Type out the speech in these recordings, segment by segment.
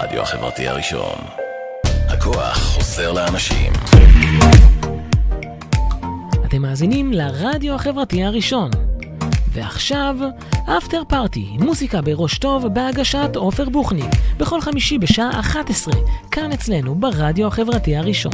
הרדיו החברתי הראשון. הכוח חוזר לאנשים. אתם מאזינים לרדיו החברתי הראשון. ועכשיו, אפטר פארטי, מוזיקה בראש טוב בהגשת עופר בוכניק, בכל חמישי בשעה 11, כאן אצלנו ברדיו החברתי הראשון.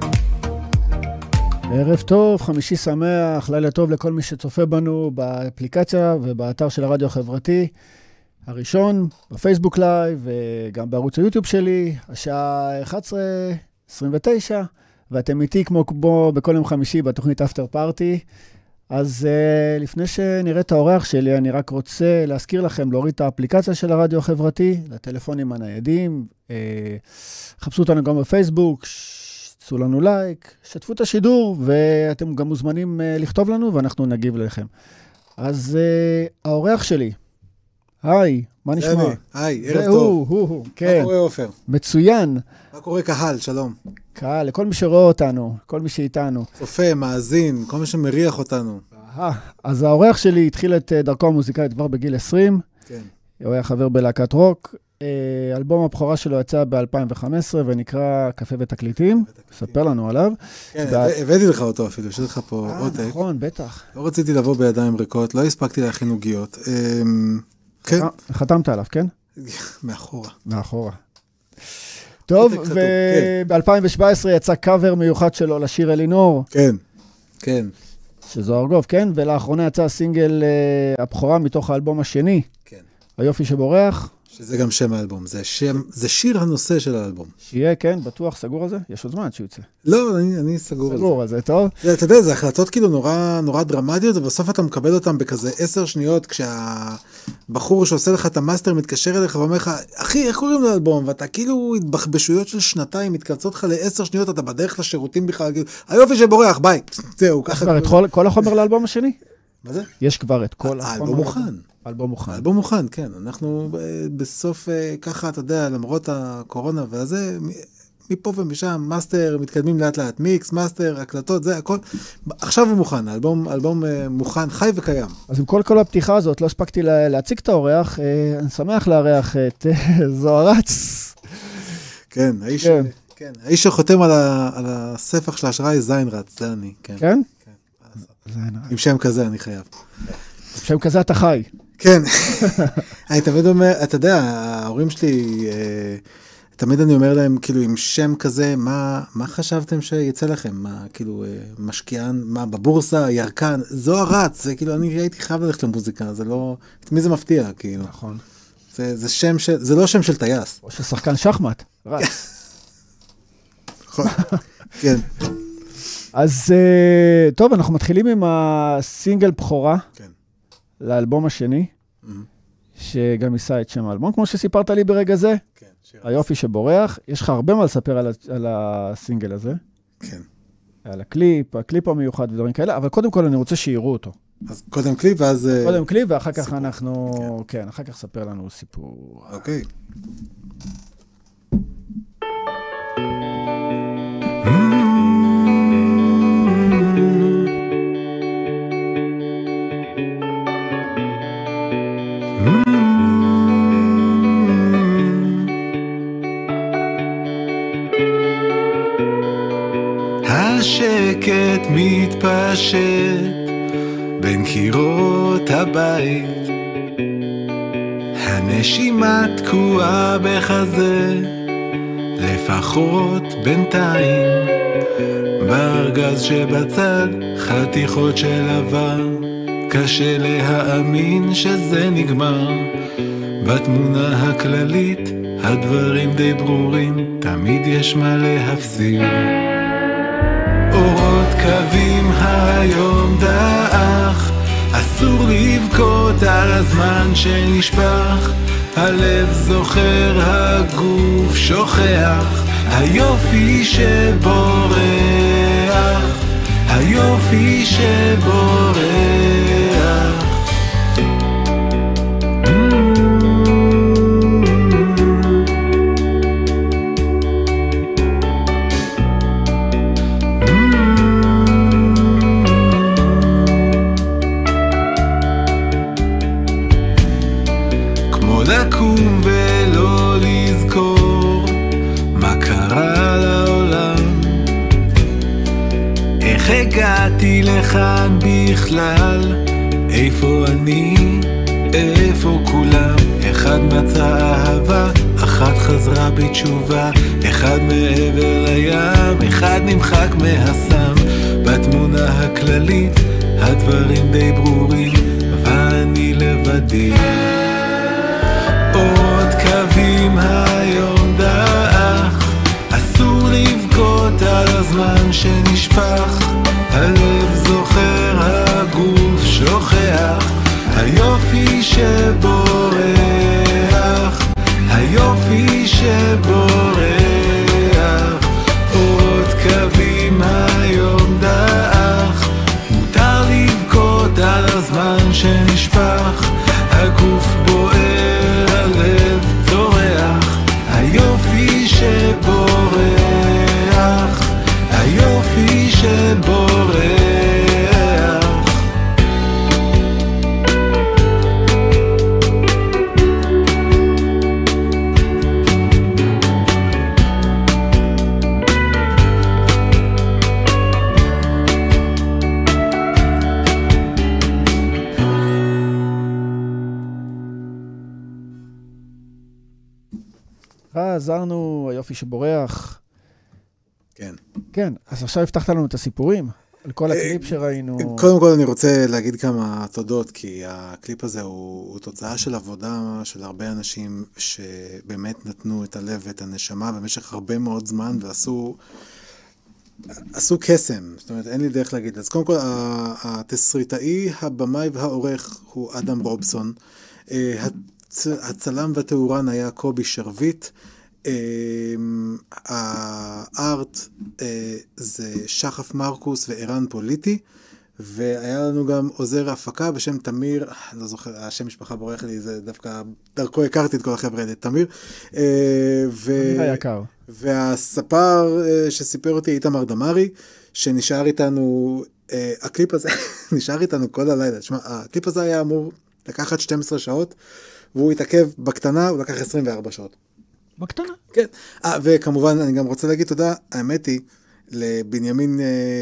ערב טוב, חמישי שמח, לילה טוב לכל מי שצופה בנו באפליקציה ובאתר של הרדיו החברתי הראשון, בפייסבוק לייב וגם בערוץ היוטיוב שלי, השעה 11:29, ואתם איתי כמו בכל יום חמישי בתוכנית אפטר פארטי. אז לפני שנראה את האורח שלי, אני רק רוצה להזכיר לכם להוריד את האפליקציה של הרדיו החברתי, לטלפונים הניידים, חפשו אותנו גם בפייסבוק, צאו לנו לייק, שתפו את השידור, ואתם גם מוזמנים לכתוב לנו, ואנחנו נגיב לכם. אז האורח שלי, היי, מה נשמע? היי, ערב טוב. כן. מה קורה עופר? מצוין. מה קורה קהל? שלום. קהל, לכל מי שרואה אותנו, כל מי שאיתנו. צופה, מאזין, כל מי שמריח אותנו. אז האורח שלי התחיל את דרכו המוזיקאית כבר בגיל 20. כן. הוא היה חבר בלהקת רוק. אלבום הבכורה שלו יצא ב-2015 ונקרא קפה ותקליטים. ספר לנו עליו. כן, הבאתי לך אותו אפילו, יש לך פה עותק. נכון, בטח. לא רציתי לבוא בידיים ריקות, לא הספקתי להכין עוגיות. כן. חתמת עליו, כן? מאחורה. טוב, וב-2017 יצא קאבר מיוחד שלו לשיר אלינור. כן. שזו ארגוב, כן? ולאחרונה יצא סינגל הבכורה מתוך האלבום השני. כן. היופי שבורח. שזה גם שם האלבום. זה שיר הנושא של האלבום. שיהיה, כן, בטוח, סגור על זה? יש עוד זמן שיוצא. לא, אני סגור על זה. סגור על זה, טוב? אתה יודע, זה החלטות כאילו נורא דרמטיות, ובסוף אתה מקבל אותם בכזה 10 שניות, כשהבחור שעושה לך את המאסטר מתקשר אליך ואומר לך, אחי, איך קוראים לאלבום? ואתה כאילו התבחבשויות של שנתיים, מתקלצות לך ל10 שניות, אתה בדרך לשירותים בכלל, היופי שבורח, ביי. זהו, ככה. כבר את כל החומר לאלבום השני? מה זה? יש כבר את כל החומר. האלבום מוכן, כן. אנחנו בסוף ככה, אתה יודע, למרות הקורונה והזה, מפה ומשם, מאסטר, מתקדמים לאט לאט, מיקס, מאסטר, הקלטות, זה הכל. עכשיו הוא מוכן, האלבום מוכן, חי וקיים. אז עם כל הפתיחה הזאת, לא הספקתי להציג את האורח, אני שמח לארח את זוהרץ. כן, האיש שחותם על הספח של האשראי, זיינרץ, זה אני. כן? עם שם כזה אני חייב. שם כזה אתה חי. כן. אני תמיד אומר, אתה יודע, ההורים שלי, תמיד אני אומר להם, כאילו, עם שם כזה, מה חשבתם שיצא לכם? מה, כאילו, משקיען, מה, בבורסה, ירקן, זוהרץ, זה כאילו, אני הייתי חייב ללכת למוזיקה, זה לא, מי זה מפתיע, כאילו. נכון. זה שם זה לא שם של טייס. או של שחקן שחמט, רץ. נכון, כן. אז טוב, אנחנו מתחילים עם הסינגל בכורה. כן. לאלבום השני, שגם יישא את שם האלבום, כמו שסיפרת לי ברגע זה, היופי שבורח. יש לך הרבה מה לספר על הסינגל הזה. כן. על הקליפ המיוחד ודברים כאלה, אבל קודם כל אני רוצה שיראו אותו. אז קודם קליפ, ואז... קודם קליפ, ואחר כך אנחנו... כן, אחר כך ספר לנו סיפור. אוקיי. השקט מתפשט בין קירות הבית, הנשימה תקועה בחזה, לפחות בינתיים. בארגז שבצד חתיכות של עבר, קשה להאמין שזה נגמר. בתמונה הכללית הדברים די ברורים, תמיד יש מה להפסיד. אורות קווים היום דאח, אסור לבכות על הזמן שנשפך, הלב זוכר, הגוף שוכח, היופי שבורח, היופי שבורח. לקום ולא לזכור הגעתי לכאן בכלל? איפה אני? איפה כולם? אחד מצא אהבה, אחת חזרה בתשובה, אחד מעבר לים, אחד נמחק מהסם. בתמונה הכללית הדברים די ברורים, ואני לבדי. עוד קווים היום דאח, אסור לבכות על הזמן שנשפך, הלב זוכר, הגוף שוכח, היופי שבורח, היופי שבורח. עוד קווים היום דאח, מותר לבכות על הזמן שנשפך, הגוף בוער, הלב צורח, היופי שבורח, היופי שבורח. עזרנו, היופי שבורח. כן. כן, אז עכשיו הבטחת לנו את הסיפורים, על כל הקליפ שראינו. קודם כל אני רוצה להגיד כמה תודות, כי הקליפ הזה הוא תוצאה של עבודה של הרבה אנשים שבאמת נתנו את הלב ואת הנשמה במשך הרבה מאוד זמן, ועשו קסם, זאת אומרת, אין לי דרך להגיד. אז קודם כל, התסריטאי, הבמאי והעורך הוא אדם ברובסון, הצלם והתאורן היה קובי שרביט, הארט זה שחף מרקוס ואירן פוליטי, והיה לנו גם עוזר הפקה בשם תמיר, לא זוכר, השם משפחה בורח לי, זה דווקא דרכו הכרתי את כל החבר'ה האלה, תמיר. תמיר היקר. והספר שסיפר אותי איתמר דמרי, שנשאר איתנו, הקליפ הזה נשאר איתנו כל הלילה. תשמע, הקליפ הזה היה אמור לקחת 12 שעות, והוא התעכב בקטנה, הוא לקח 24 שעות. בקטנה? כן. וכמובן, אני גם רוצה להגיד תודה, האמת היא, לבנימין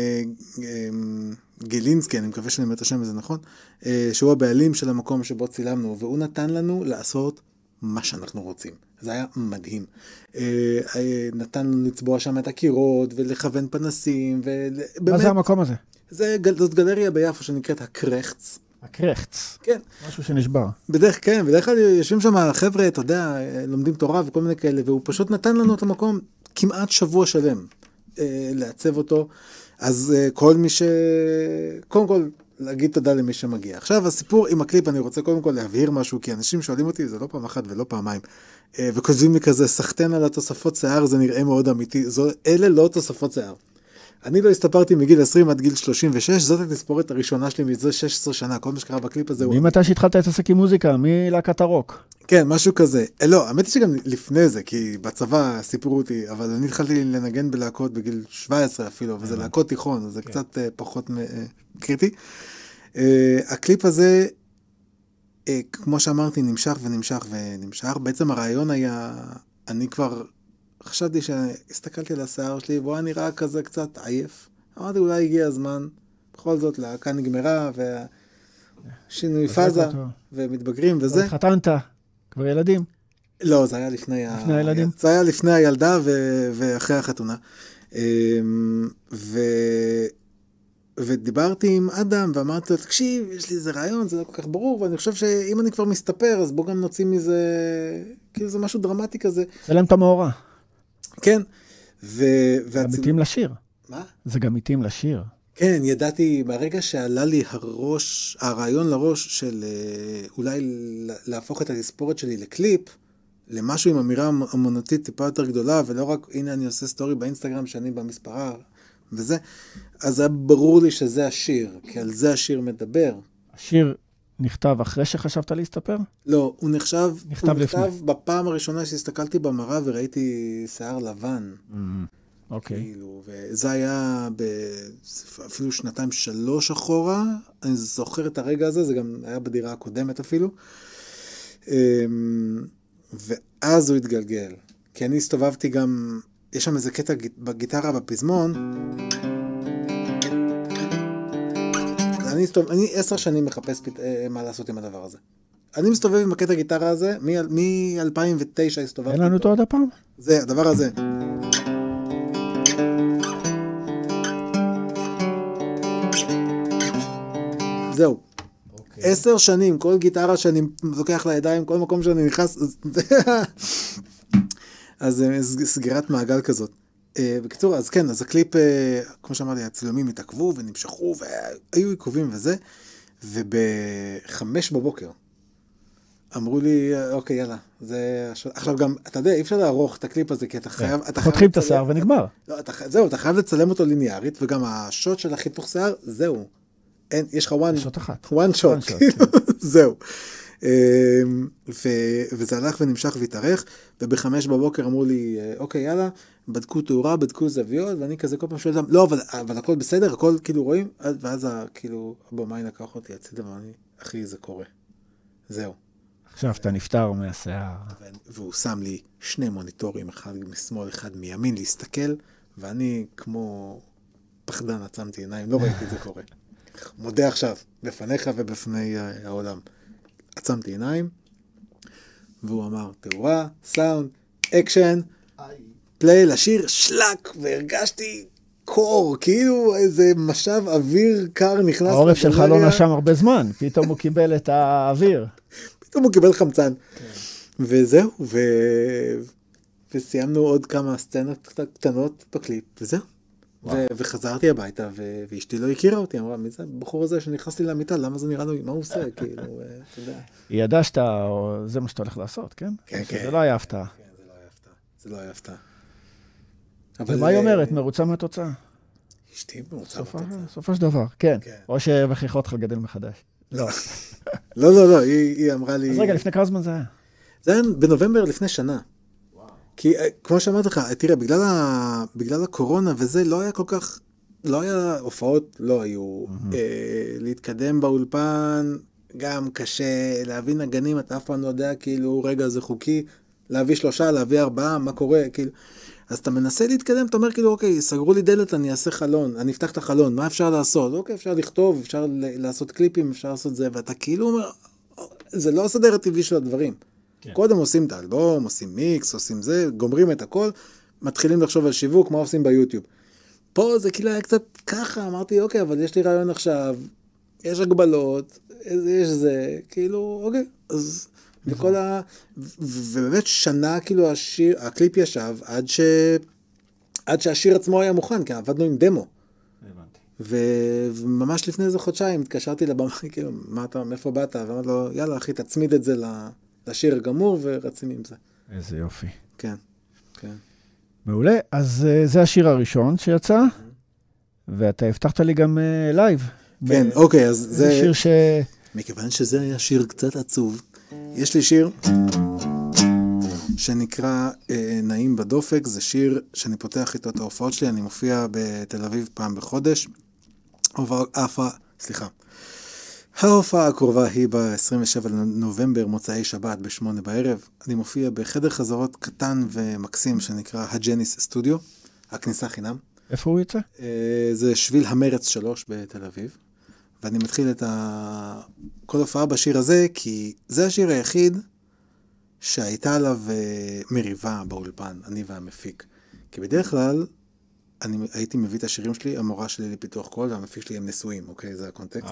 גילינסקי, אני מקווה שאני אומר את השם הזה נכון, שהוא הבעלים של המקום שבו צילמנו, והוא נתן לנו לעשות מה שאנחנו רוצים. זה היה מדהים. נתן לנו לצבוע שם את הקירות, ולכוון פנסים, מה זה המקום הזה? זאת גלריה ביפו שנקראת הקרחץ. הקרחץ. כן. משהו שנשבר. בדרך כלל יושבים שם חבר'ה, אתה יודע, לומדים תורה וכל מיני כאלה, והוא פשוט נתן לנו את המקום כמעט שבוע שלם לעצב אותו. אז כל מי קודם כל, להגיד תודה למי שמגיע. עכשיו, הסיפור עם הקליפ, אני רוצה קודם כל להבהיר משהו, כי אנשים שואלים אותי, זה לא פעם אחת ולא פעמיים, וכותבים לי כזה, סחטן על התוספות שיער, זה נראה מאוד אמיתי. אלה לא תוספות שיער. אני לא הסתפרתי מגיל 20 עד גיל 36, זאת התספורת הראשונה שלי מזה 16 שנה, כל מה שקרה בקליפ הזה. ממתי שהתחלת להתעסק עם מוזיקה? מלהקת הרוק? כן, משהו כזה. לא, האמת היא שגם לפני זה, כי בצבא סיפרו אותי, אבל אני התחלתי לנגן בלהקות בגיל 17 אפילו, וזה להקות תיכון, אז זה קצת פחות קריטי. הקליפ הזה, כמו שאמרתי, נמשך ונמשך ונמשך. בעצם הרעיון היה, אני כבר חשבתי שהסתכלתי על השיער שלי, והוא נראה כזה קצת עייף. אמרתי, אולי הגיע הזמן, בכל זאת, להקה נגמרה, והשינוי פאזה, ומתבגרים וזה. התחתנת, כבר ילדים? לא, זה היה לפני הילדים? זה היה לפני הילדה ואחרי החתונה. ודיברתי עם אדם, ואמרתי לו, תקשיב, יש לי איזה רעיון, זה לא כל כך ברור, ואני חושב שאם אני כבר מסתפר, אז בוא גם נוציא מזה, כאילו זה משהו דרמטי כזה. זה להם את המאורע. כן. זה גם מתאים לשיר. מה? זה גם מתאים לשיר. כן, ידעתי, ברגע שעלה לי הרעיון לראש של אולי להפוך את התספורת שלי לקליפ, למשהו עם אמירה אמנותית טיפה יותר גדולה, ולא רק, הנה אני עושה סטורי באינסטגרם שאני במספרה, וזה, אז היה ברור לי שזה השיר, כי על זה השיר מדבר. השיר נכתב אחרי שחשבת להסתפר? לא, הוא נכתב בפעם הראשונה שהסתכלתי במראה וראיתי שיער לבן. אוקיי. כאילו, וזה היה אפילו 2-3 אחורה, אני זוכר את הרגע הזה, זה גם היה בדירה הקודמת אפילו, ואז הוא התגלגל, כי אני הסתובבתי גם, יש שם איזה קטע בגיטרה בפזמון, אני 10 שנים מחפש מה לעשות עם הדבר הזה. אני מסתובב עם הקטע גיטרה הזה, מ-2009 הסתובבתי. אין לנו אותו עוד הפעם? זה, הדבר הזה. זהו. 10 שנים, כל גיטרה שאני לוקח לידיים, כל מקום שאני נכנס, אז סגירת מעגל כזאת. בקיצור, אז כן, אז הקליפ, כמו שאמרתי, הצילומים התעכבו ונמשכו, והיו עיכובים וזה, וב-5 בבוקר אמרו לי, אוקיי, יאללה, זה... עכשיו גם, אתה יודע, אי אפשר לערוך את הקליפ הזה, כי אתה חייב... חותכים את השיער ונגמר. זהו, אתה חייב לצלם אותו ליניארית, וגם השוט של החיתוך שיער, זהו. יש לך one shot, זהו. וזה הלך ונמשך והתארך, וב-5 בבוקר אמרו לי, אוקיי, יאללה, בדקו תאורה, בדקו זוויות, ואני כזה כל פעם שואל אותם, לא, אבל הכל בסדר, הכל כאילו רואים, ואז כאילו, הבמאי לקח אותי הצידה, ואני, אחי, זה קורה. זהו. עכשיו אתה נפטר מהשיער. והוא שם לי 2 מוניטורים, אחד משמאל, אחד מימין, להסתכל, ואני כמו פחדן עצמתי עיניים, לא ראיתי את זה קורה. מודה עכשיו, בפניך ובפני העולם. עצמתי עיניים, והוא אמר, תאורה, סאונד, אקשן, פליי, לשיר, שלק, והרגשתי קור, כאילו איזה משב אוויר קר נכנס. העורף שלך לא נשם הרבה זמן, פתאום הוא קיבל את האוויר. פתאום הוא קיבל חמצן. וזהו, וסיימנו עוד כמה סצנות קטנות בקליפ, וזהו. וחזרתי הביתה, ואשתי לא הכירה אותי, אמרה, מי זה הבחור הזה שנכנס לי למיטה, למה זה נראה לו, מה הוא עושה, כאילו, אתה יודע. היא ידעה שזה מה שאתה הולך לעשות, כן? כן, כן. זה לא היה הפתעה. כן, זה לא היה הפתעה. ומה היא אומרת? מרוצה מהתוצאה? אשתי מרוצה מהתוצאה. סופו של דבר, כן. או שבכריחה אותך לגדל מחדש. לא, היא אמרה לי... אז רגע, לפני כמה זמן זה היה? זה היה בנובמבר לפני שנה. כי כמו שאמרתי לך, תראה, בגלל הקורונה וזה לא היה כל כך, לא היה הופעות, לא היו. להתקדם באולפן, גם קשה, להביא נגנים, אתה אף פעם לא יודע, כאילו, רגע, זה חוקי, להביא 3, להביא 4, מה קורה, כאילו. אז אתה מנסה להתקדם, אתה אומר, כאילו, אוקיי, סגרו לי דלת, אני אעשה חלון, אני אפתח את החלון, מה אפשר לעשות? אוקיי, אפשר לכתוב, אפשר לעשות קליפים, אפשר לעשות זה, ואתה כאילו אומר, זה לא הסדר הטבעי של הדברים. כן. קודם עושים את האלבום, עושים מיקס, עושים זה, גומרים את הכל, מתחילים לחשוב על שיווק, מה עושים ביוטיוב. פה זה כאילו היה קצת ככה, אמרתי, אוקיי, אבל יש לי רעיון עכשיו, יש הגבלות, יש זה, כאילו, אוקיי, אז בכל ובאמת שנה, כאילו, הקליפ ישב, עד שהשיר עצמו היה מוכן, כי עבדנו עם דמו. וממש לפני איזה חודשיים, התקשרתי לבמה, כאילו, מאיפה באת? ואמרתי לו, יאללה, אחי, תצמיד את זה לשיר גמור, ורצים עם זה. איזה יופי. כן, כן. מעולה, אז זה השיר הראשון שיצא, ואתה הבטחת לי גם לייב. כן, אוקיי, אז זה שיר ש... מכיוון שזה היה שיר קצת עצוב, יש לי שיר שנקרא נעים בדופק, זה שיר שאני פותח איתו את ההופעות שלי, אני מופיע בתל אביב פעם בחודש, ההופעה הקרובה היא ב-27 לנובמבר, מוצאי שבת ב8 בערב, אני מופיע בחדר חזרות קטן ומקסים שנקרא הג'ניס סטודיו, הכניסה חינם. איפה הוא יצא? זה שביל המרץ 3 בתל אביב. ואני מתחיל את כל הופעה בשיר הזה, כי זה השיר היחיד שהייתה עליו מריבה באולפן, אני והמפיק. כי בדרך כלל, אני הייתי מביא את השירים שלי, המורה שלי לפיתוח קול, והמפיק שלי הם נשואים, אוקיי? זה הקונטקסט.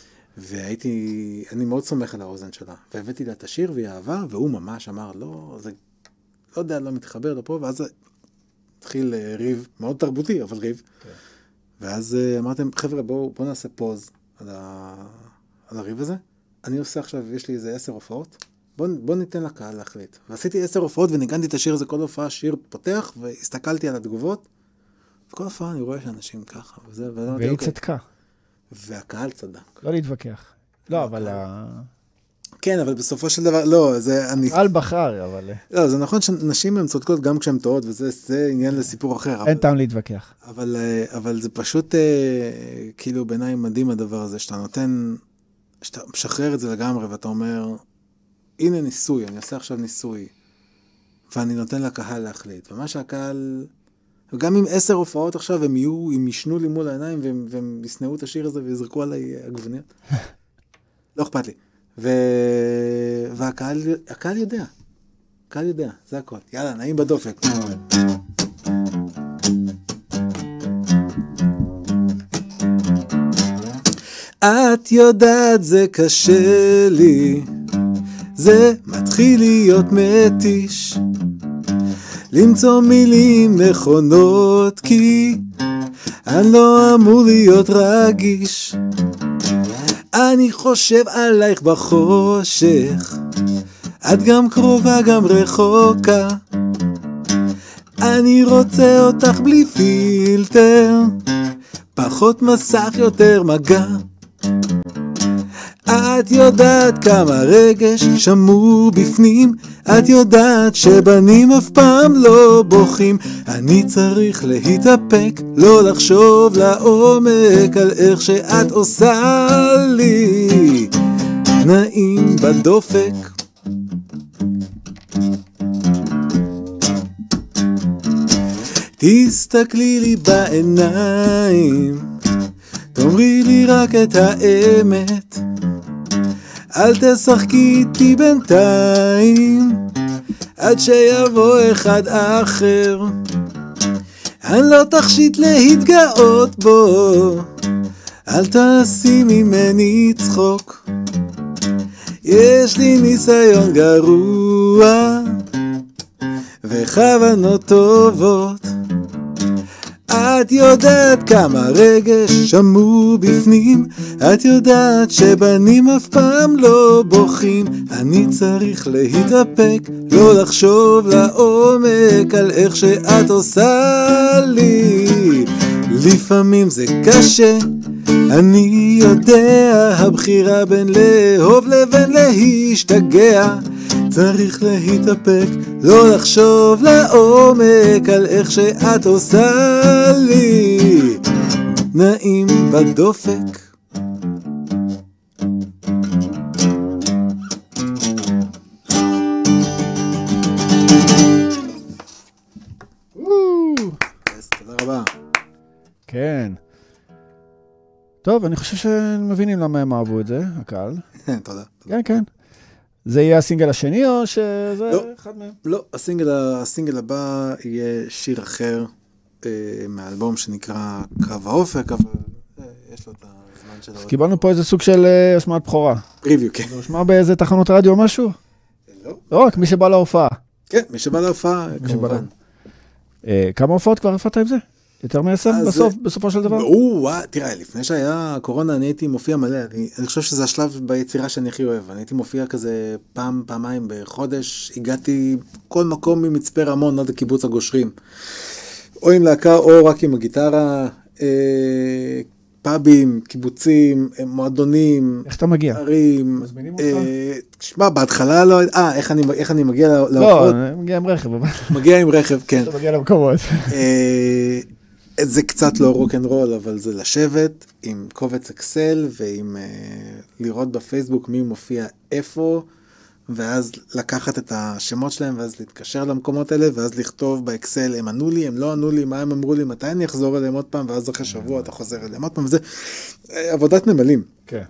אני מאוד סומך על האוזן שלה. והבאתי לה את השיר והיא אהבה, והוא ממש אמר, לא, זה, לא יודע, לא מתחבר לפה, ואז התחיל ריב, מאוד תרבותי, אבל ריב. ואז אמרתם, חבר'ה, בואו נעשה פוז על הריב הזה. אני עושה עכשיו, יש לי איזה 10 הופעות, בואו ניתן לקהל להחליט. ועשיתי 10 הופעות וניגנתי את השיר הזה, כל הופעה שיר פותח, והסתכלתי על התגובות, וכל הופעה אני רואה שאנשים ככה, וזה, והיא צדקה. והקהל צדק. לא להתווכח. לא, אבל... כן, אבל בסופו של דבר, לא, זה אני... קהל בחר, אבל... לא, זה נכון שנשים הן צודקות גם כשהן טועות, וזה עניין לסיפור אחר. אין טעם להתווכח. אבל זה פשוט, כאילו, בעיניי מדהים הדבר הזה, שאתה נותן, שאתה משחרר את זה לגמרי, ואתה אומר, הנה ניסוי, אני עושה עכשיו ניסוי, ואני נותן לקהל להחליט. ומה שהקהל, וגם עם 10 הופעות עכשיו, הם ישנו לי מול העיניים, והם יסנעו את השיר הזה, ויזרקו עליי עגבניות. לא אכפת לי. והקהל יודע. הקהל יודע, זה הכל. יאללה, נעים בדופק. את יודעת, זה קשה לי, זה מתחיל להיות מתיש, למצוא מילים נכונות, כי אני לא אמור להיות רגיש. אני חושב עלייך בחושך, את גם קרובה גם רחוקה, אני רוצה אותך בלי פילטר, פחות מסך יותר מגע. את יודעת כמה רגש שמור בפנים, את יודעת שבנים אף פעם לא בוכים. אני צריך להתאפק, לא לחשוב לעומק על איך שאת עושה לי נעים בדופק. תסתכלי לי בעיניים, תאמרי לי רק את האמת, אל תשחקי איתי בינתיים, עד שיבוא אחד אחר. אני לא תכשיט להתגאות בו, אל תעשי ממני צחוק, יש לי ניסיון גרוע וכוונות טובות. את יודעת כמה רגש שמור בפנים, את יודעת שבנים אף פעם לא בוכים. אני צריך להתאפק, לא לחשוב לעומק על איך שאת עושה לי. לפעמים זה קשה, אני יודע, הבחירה בין לאהוב לבין להשתגע. צריך להתאפק, לא לחשוב לעומק על איך שאת עושה לי נעים בדופק. תודה רבה. כן. טוב, אני חושב שמבינים למה הם אהבו את זה, הקהל. תודה. כן, כן. זה יהיה הסינגל השני או שזה אחד מהם? לא, הסינגל הבא יהיה שיר אחר מהאלבום שנקרא קו האופק, אבל יש לו את הזמן שלו. אז קיבלנו פה איזה סוג של השמעת בכורה. פריוויו, כן. זה משמע באיזה תחנות רדיו או משהו? לא. לא רק מי שבא להופעה. כן, מי שבא להופעה, כמובן. כמה הופעות כבר הפעת עם זה? יותר מ-10 בסופו של דבר? תראה, לפני שהיה קורונה, אני הייתי מופיע מלא. אני חושב שזה השלב ביצירה שאני הכי אוהב. אני הייתי מופיע כזה פעמיים בחודש. הגעתי כל מקום ממצפה רמון עד לקיבוץ הגושרים. או עם להקה או רק עם הגיטרה. פאבים, קיבוצים, מועדונים. איך אתה מגיע? ערים. מזמינים אותך? תשמע, בהתחלה לא... איך אני מגיע להופעות? לא, אני מגיע עם רכב. מגיע עם רכב, כן. אתה מגיע למקומות. זה קצת לא רוק'נ'רול, אבל זה לשבת עם קובץ אקסל, ועם לראות בפייסבוק מי מופיע איפה, ואז לקחת את השמות שלהם, ואז להתקשר למקומות האלה, ואז לכתוב באקסל, הם ענו לי, הם לא ענו לי, מה הם אמרו לי, מתי אני אחזור אליהם עוד פעם, ואז אחרי שבוע אתה חוזר אליהם עוד פעם, וזה עבודת נמלים. כן.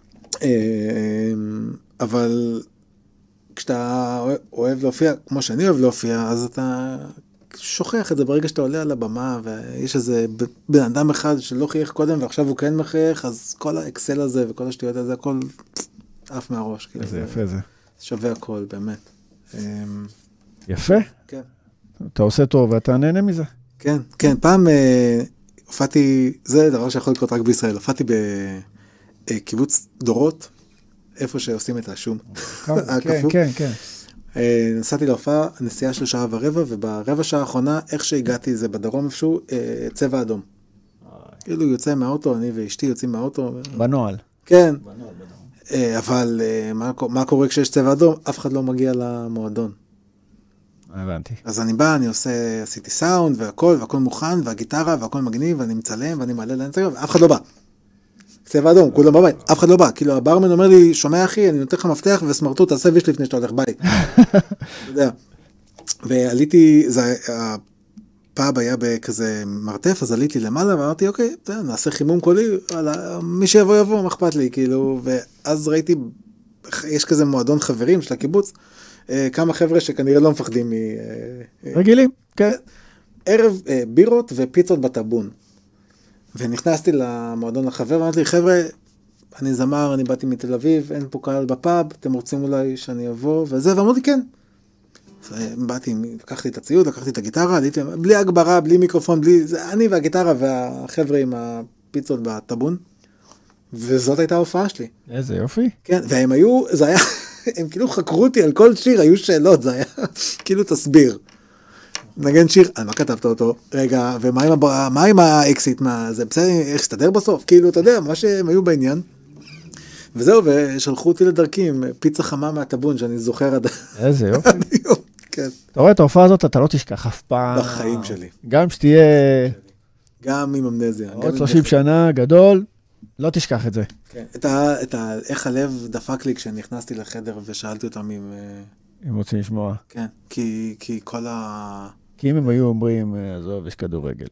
אבל כשאתה אוהב להופיע, כמו שאני אוהב להופיע, אז אתה שוכח את זה ברגע שאתה עולה על הבמה, ויש איזה בן אדם אחד שלא חייך קודם, ועכשיו הוא כן מחייך, אז כל האקסל הזה וכל השטויות הזה, הכל עף מהראש. איזה יפה זה. שווה הכל, באמת. יפה. כן. אתה עושה טוב ואתה נהנה מזה. כן, כן. פעם הופעתי, זה דבר שיכול לקרות רק בישראל, הופעתי בקיבוץ דורות, איפה שעושים את השום. כן, כן, כן. נסעתי להופעה, נסיעה של 1.25 שעה, וברבע שעה האחרונה, איך שהגעתי, זה בדרום איפשהו, צבע אדום. כאילו יוצא מהאוטו, אני ואשתי יוצאים מהאוטו. בנועל. כן. אבל מה קורה כשיש צבע אדום? אף אחד לא מגיע למועדון. הבנתי. אז אני בא, עשיתי סאונד והכל מוכן, והגיטרה והכל מגניב, ואני מצלם ואני מעלה לאינסטגרם, ואף אחד לא בא. צבע אדום, כולם בבית, אף אחד לא בא. כאילו הברמן אומר לי, שומע אחי, אני נותן לך מפתח וסמרטוט, תעשה ויש לפני שאתה הולך ביי. אתה יודע. ועליתי, הפאב היה בכזה מרתף, אז עליתי למעלה, ואמרתי, אוקיי, נעשה חימום קולי, מי שיבוא יבוא, מה אכפת לי, כאילו, ואז ראיתי, יש כזה מועדון חברים של הקיבוץ, כמה חבר'ה שכנראה לא מפחדים רגילים, כן. ערב בירות ופיצות בטאבון. ונכנסתי למועדון החבר, ואמרתי לי, חבר'ה, אני זמר, אני באתי מתל אביב, אין פה קהל בפאב, אתם רוצים אולי שאני אבוא, וזה, ואמרו לי, כן. באתי, לקחתי את הציוד, לקחתי את הגיטרה, עליתי, בלי הגברה, בלי מיקרופון, בלי, זה אני והגיטרה והחבר'ה עם הפיצות בטאבון, וזאת הייתה ההופעה שלי. איזה יופי. כן, והם היו, זה היה, הם כאילו חקרו אותי על כל שיר, היו שאלות, זה היה כאילו תסביר. נגן שיר, על מה כתבת אותו? רגע, ומה עם האקסיט? זה בסדר, איך סתדר בסוף? כאילו, אתה יודע, מה שהם היו בעניין. וזהו, ושלחו אותי לדרכי עם פיצה חמה מהטאבון, שאני זוכר עד... איזה יופי. כן. אתה רואה, את ההופעה הזאת, אתה לא תשכח אף פעם. בחיים שלי. גם שתהיה... גם עם אמנזיה. עוד 30 שנה, גדול, לא תשכח את זה. כן. איך הלב דפק לי כשנכנסתי לחדר ושאלתי אותם אם רוצים לשמוע. כן, כי כל כי אם הם היו אומרים, עזוב, יש כדורגל.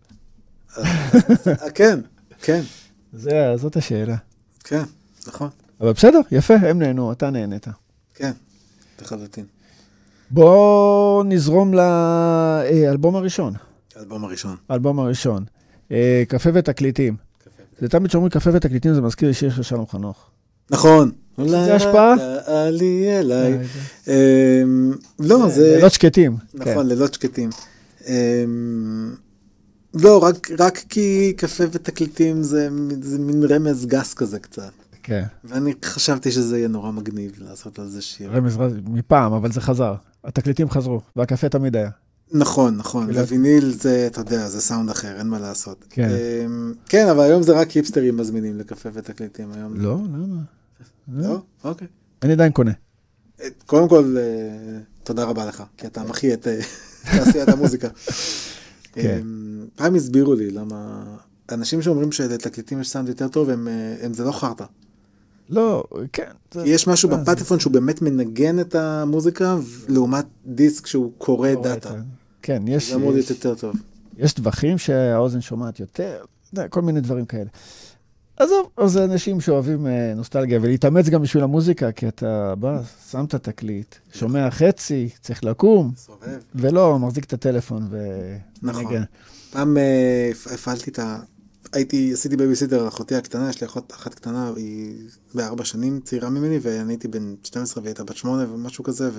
כן, כן. זאת השאלה. כן, נכון. אבל בסדר, יפה, הם נהנו, אתה נהנית. כן, לחלוטין. בוא נזרום לאלבום הראשון. האלבום הראשון. קפה ותקליטים. זה תמיד שאומרים קפה ותקליטים, זה מזכיר לי שיר של שלום חנוך. נכון. זה השפעה? עלי אליי. לא, זה... לילות שקטים. נכון, לילות שקטים. לא, רק כי קפה ותקליטים זה מין רמז גס כזה קצת. כן. ואני חשבתי שזה יהיה נורא מגניב לעשות על זה שיר. רמז מפעם, אבל זה חזר. התקליטים חזרו, והקפה תמיד היה. נכון. לוויניל זה, אתה יודע, זה סאונד אחר, אין מה לעשות. כן, אבל היום זה רק היפסטרים מזמינים לקפה ותקליטים היום. לא, למה? לא? אוקיי. אני עדיין קונה. קודם כל, תודה רבה לך, כי אתה מכי את תעשיית המוזיקה. פעם הסבירו לי למה אנשים שאומרים שלתקליטים יש סאונד יותר טוב, זה לא חרטה. לא, כן. יש משהו בפטפון שהוא באמת מנגן את המוזיקה, לעומת דיסק שהוא קורא דאטה. כן, יש... זה אמור להיות יותר טוב. יש טווחים שהאוזן שומעת יותר, כל מיני דברים כאלה. עזוב, אז זה אנשים שאוהבים נוסטלגיה, ולהתאמץ גם בשביל המוזיקה, כי אתה בא, שם את התקליט, שומע חצי, צריך לקום, ולא, מחזיק את הטלפון נכון. פעם הפעלתי עשיתי בייביסיטר על אחותי הקטנה, יש לי אחות אחת קטנה, היא ב4 שנים צעירה ממני, ואני הייתי בן 12 והייתה בת 8 ומשהו כזה,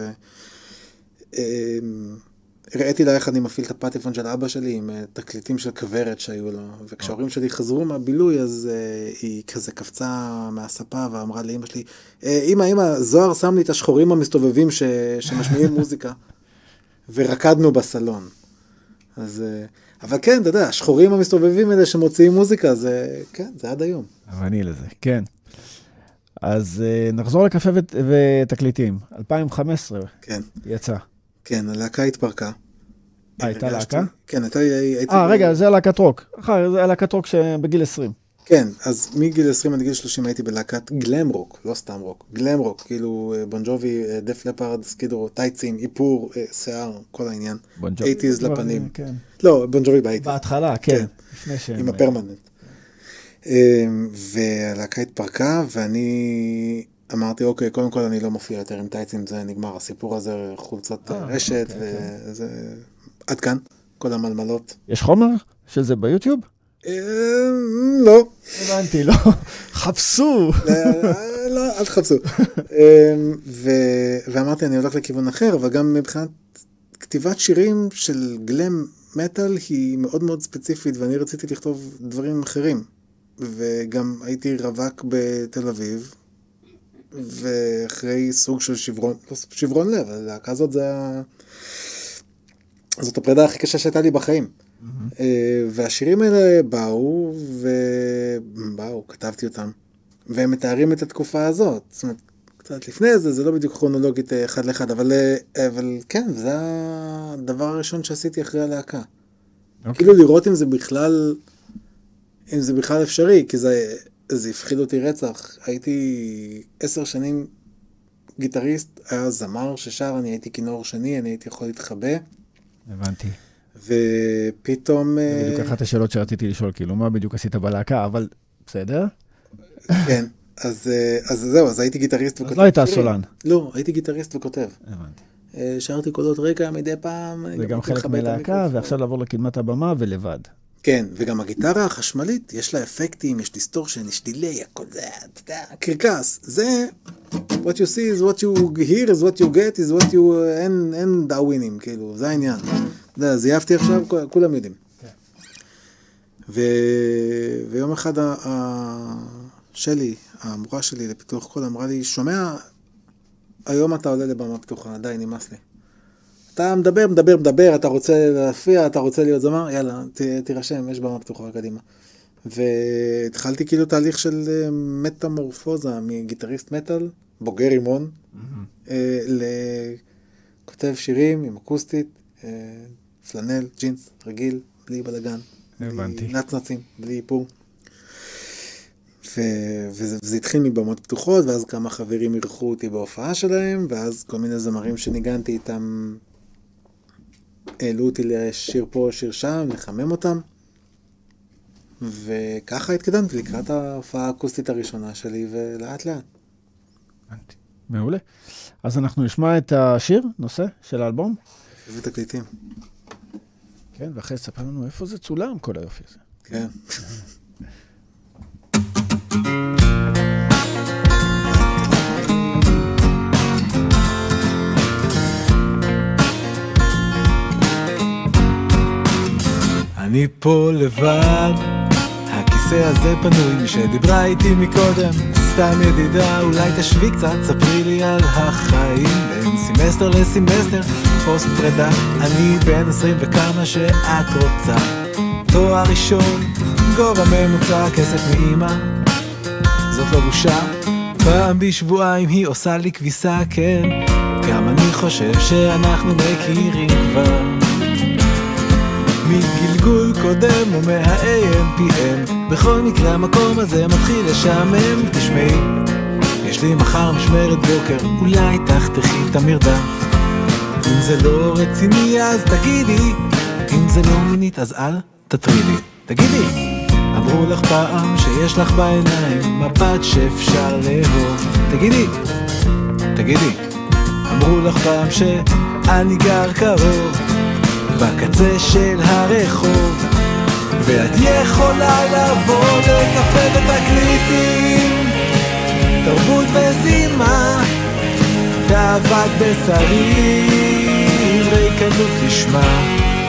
הראיתי לה איך אני מפעיל את הפטפון של אבא שלי עם תקליטים של כברת שהיו לו, וכשההורים שלי חזרו מהבילוי, אז היא כזה קפצה מהספה ואמרה לאמא שלי, אמא, זוהר שם לי את השחורים המסתובבים שמשמיעים מוזיקה, ורקדנו בסלון. אז, אבל כן, אתה יודע, השחורים המסתובבים האלה שמוציאים מוזיקה, זה, כן, זה עד היום. אבל אני לזה, כן. אז נחזור לקפה ותקליטים. 2015 כן. יצא. כן, הלהקה התפרקה. הייתה להקה? כן, הייתי... רגע, זה הלהקת רוק. זה הלהקת רוק שבגיל 20. כן, אז מגיל 20 עד גיל 30 הייתי בלהקת גלם רוק, לא סתם רוק. גלם רוק, כאילו בונג'ובי, דף לפארד, סקידרו, טייצים, איפור, שיער, כל העניין. 80s לפנים. לא, בונג'ובי באייטיז. בהתחלה, כן. עם הפרמננט. והלהקה התפרקה, ואני... אמרתי, אוקיי, קודם כל אני לא מופיע יותר עם טייצים, זה נגמר, הסיפור הזה, חולצות רשת, וזה עד כאן, כל המלמלות. יש חומר שזה ביוטיוב? לא. הבנתי, לא. חפשו. לא, אל תחפשו. ואמרתי, אני הולך לכיוון אחר, אבל גם מבחינת כתיבת שירים של גלם מטל היא מאוד מאוד ספציפית, ואני רציתי לכתוב דברים אחרים. וגם הייתי רווק בתל אביב, ואחרי סוג של שברון לב, הלהקה הזאת זאת הפרידה הכי קשה שהייתה לי בחיים. והשירים האלה באו, כתבתי אותם, והם מתארים את התקופה הזאת. זאת אומרת, קצת לפני זה לא בדיוק כרונולוגית אחד לאחד, אבל כן, זה הדבר הראשון שעשיתי אחרי הלהקה. כאילו לראות אם זה בכלל אפשרי, כי זה הפחיד אותי רצח. הייתי 10 שנים גיטריסט, היה זמר ששר, אני הייתי כינור שני, אני הייתי יכול להתחבא. הבנתי. ופתאום... זה בדיוק אחת השאלות שרציתי לשאול, כאילו, מה בדיוק עשית בלהקה, אבל בסדר. כן, אז זהו, אז הייתי גיטריסט וכותב. אז לא היית סולן. לא, הייתי גיטריסט וכותב. הבנתי. שרתי קולות רקע מדי פעם. זה גם חלק מלהקה, ועכשיו לעבור לקדמת הבמה ולבד. כן, וגם הגיטרה החשמלית, יש לה אפקטים, יש דיסטורשן, יש דילי, הכל זה, אתה יודע, קרקס. זה, what you see is what you hear is what you get is what you, אין דאווינים, כאילו, זה העניין. זייפתי עכשיו, כולם יודעים. ויום אחד שלי, המורה שלי לפיתוח קול, אמרה לי, שומע, היום אתה עולה לבמה פתוחה, די, נמאס לי. אתה מדבר, אתה רוצה להופיע, אתה רוצה להיות זמר, יאללה, תירשם, יש במה פתוחה קדימה. והתחלתי כאילו תהליך של מטמורפוזה מגיטריסט מטל, בוגר רימון, לכותב שירים עם אקוסטית, פלנל, ג'ינס, רגיל, בלי בלגן, בלי נצנצים, בלי איפור. וזה התחיל מבמות פתוחות, ואז כמה חברים אירחו אותי בהופעה שלהם, ואז כל מיני זמרים שניגנתי איתם, העלו אותי לשיר פה, שיר שם, לחמם אותם, וככה התקדמתי לקראת ההופעה האקוסטית הראשונה שלי, ולאט לאט. מעולה. אז אנחנו נשמע את השיר, נושא של האלבום. ותקליטים. כן, ואחרי ספר לנו איפה זה צולם, כל היופי הזה. כן. אני פה לבד, הכיסא הזה פנוי, מי שדיברה איתי מקודם, סתם ידידה, אולי תשווי קצת, ספרי לי על החיים, בין סמסטר לסמסטר, פוסט פרידה, אני בן 20 וכמה שאת רוצה, תואר ראשון, גובה ממוצע, כסף מאמא, זאת לא בושה, פעם בשבועיים היא עושה לי כביסה, כן, גם אני חושב שאנחנו מכירים כבר. מגלגול קודם ומה-AM/PM בכל מקרה המקום הזה מתחיל לשעמם. תשמעי, יש לי מחר משמרת בוקר, אולי תחתכי את המרדף. אם זה לא רציני אז תגידי, אם זה לא מינית אז אל תטרידי. תגידי, אמרו לך פעם שיש לך בעיניים מבט שאפשר לאהוב. תגידי, אמרו לך פעם שאני גר קרוב בקצה של הרחוב, ואת יכולה לבוא לקפה ותקליטים, תרבות וזימה, תאוות בשרים, ריקנות לשמה.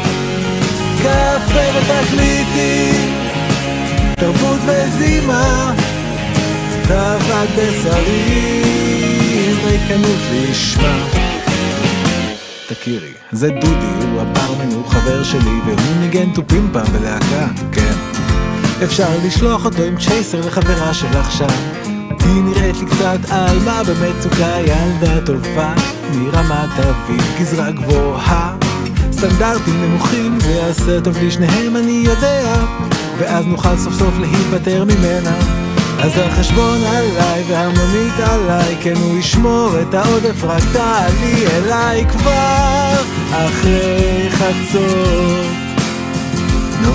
קפה ותקליטים, תרבות וזימה, תאוות בשרים, ריקנות לשמה. תכירי, זה דודי, הוא הברמן, הוא חבר שלי, והוא ניגן טופים פעם בלהקה, כן. אפשר לשלוח אותו עם צ'ייסר לחברה שלך שם. היא נראית לי קצת על מה במצוקה, ילדה טובה, מרמת אביב, גזרה גבוהה. סטנדרטים נמוכים, זה יעשה טוב לשניהם אני יודע, ואז נוכל סוף סוף להיפטר ממנה. אז החשבון עליי והמונית עליי, כן הוא ישמור את העודף, רק תעלי אליי כבר אחרי חצות. נו,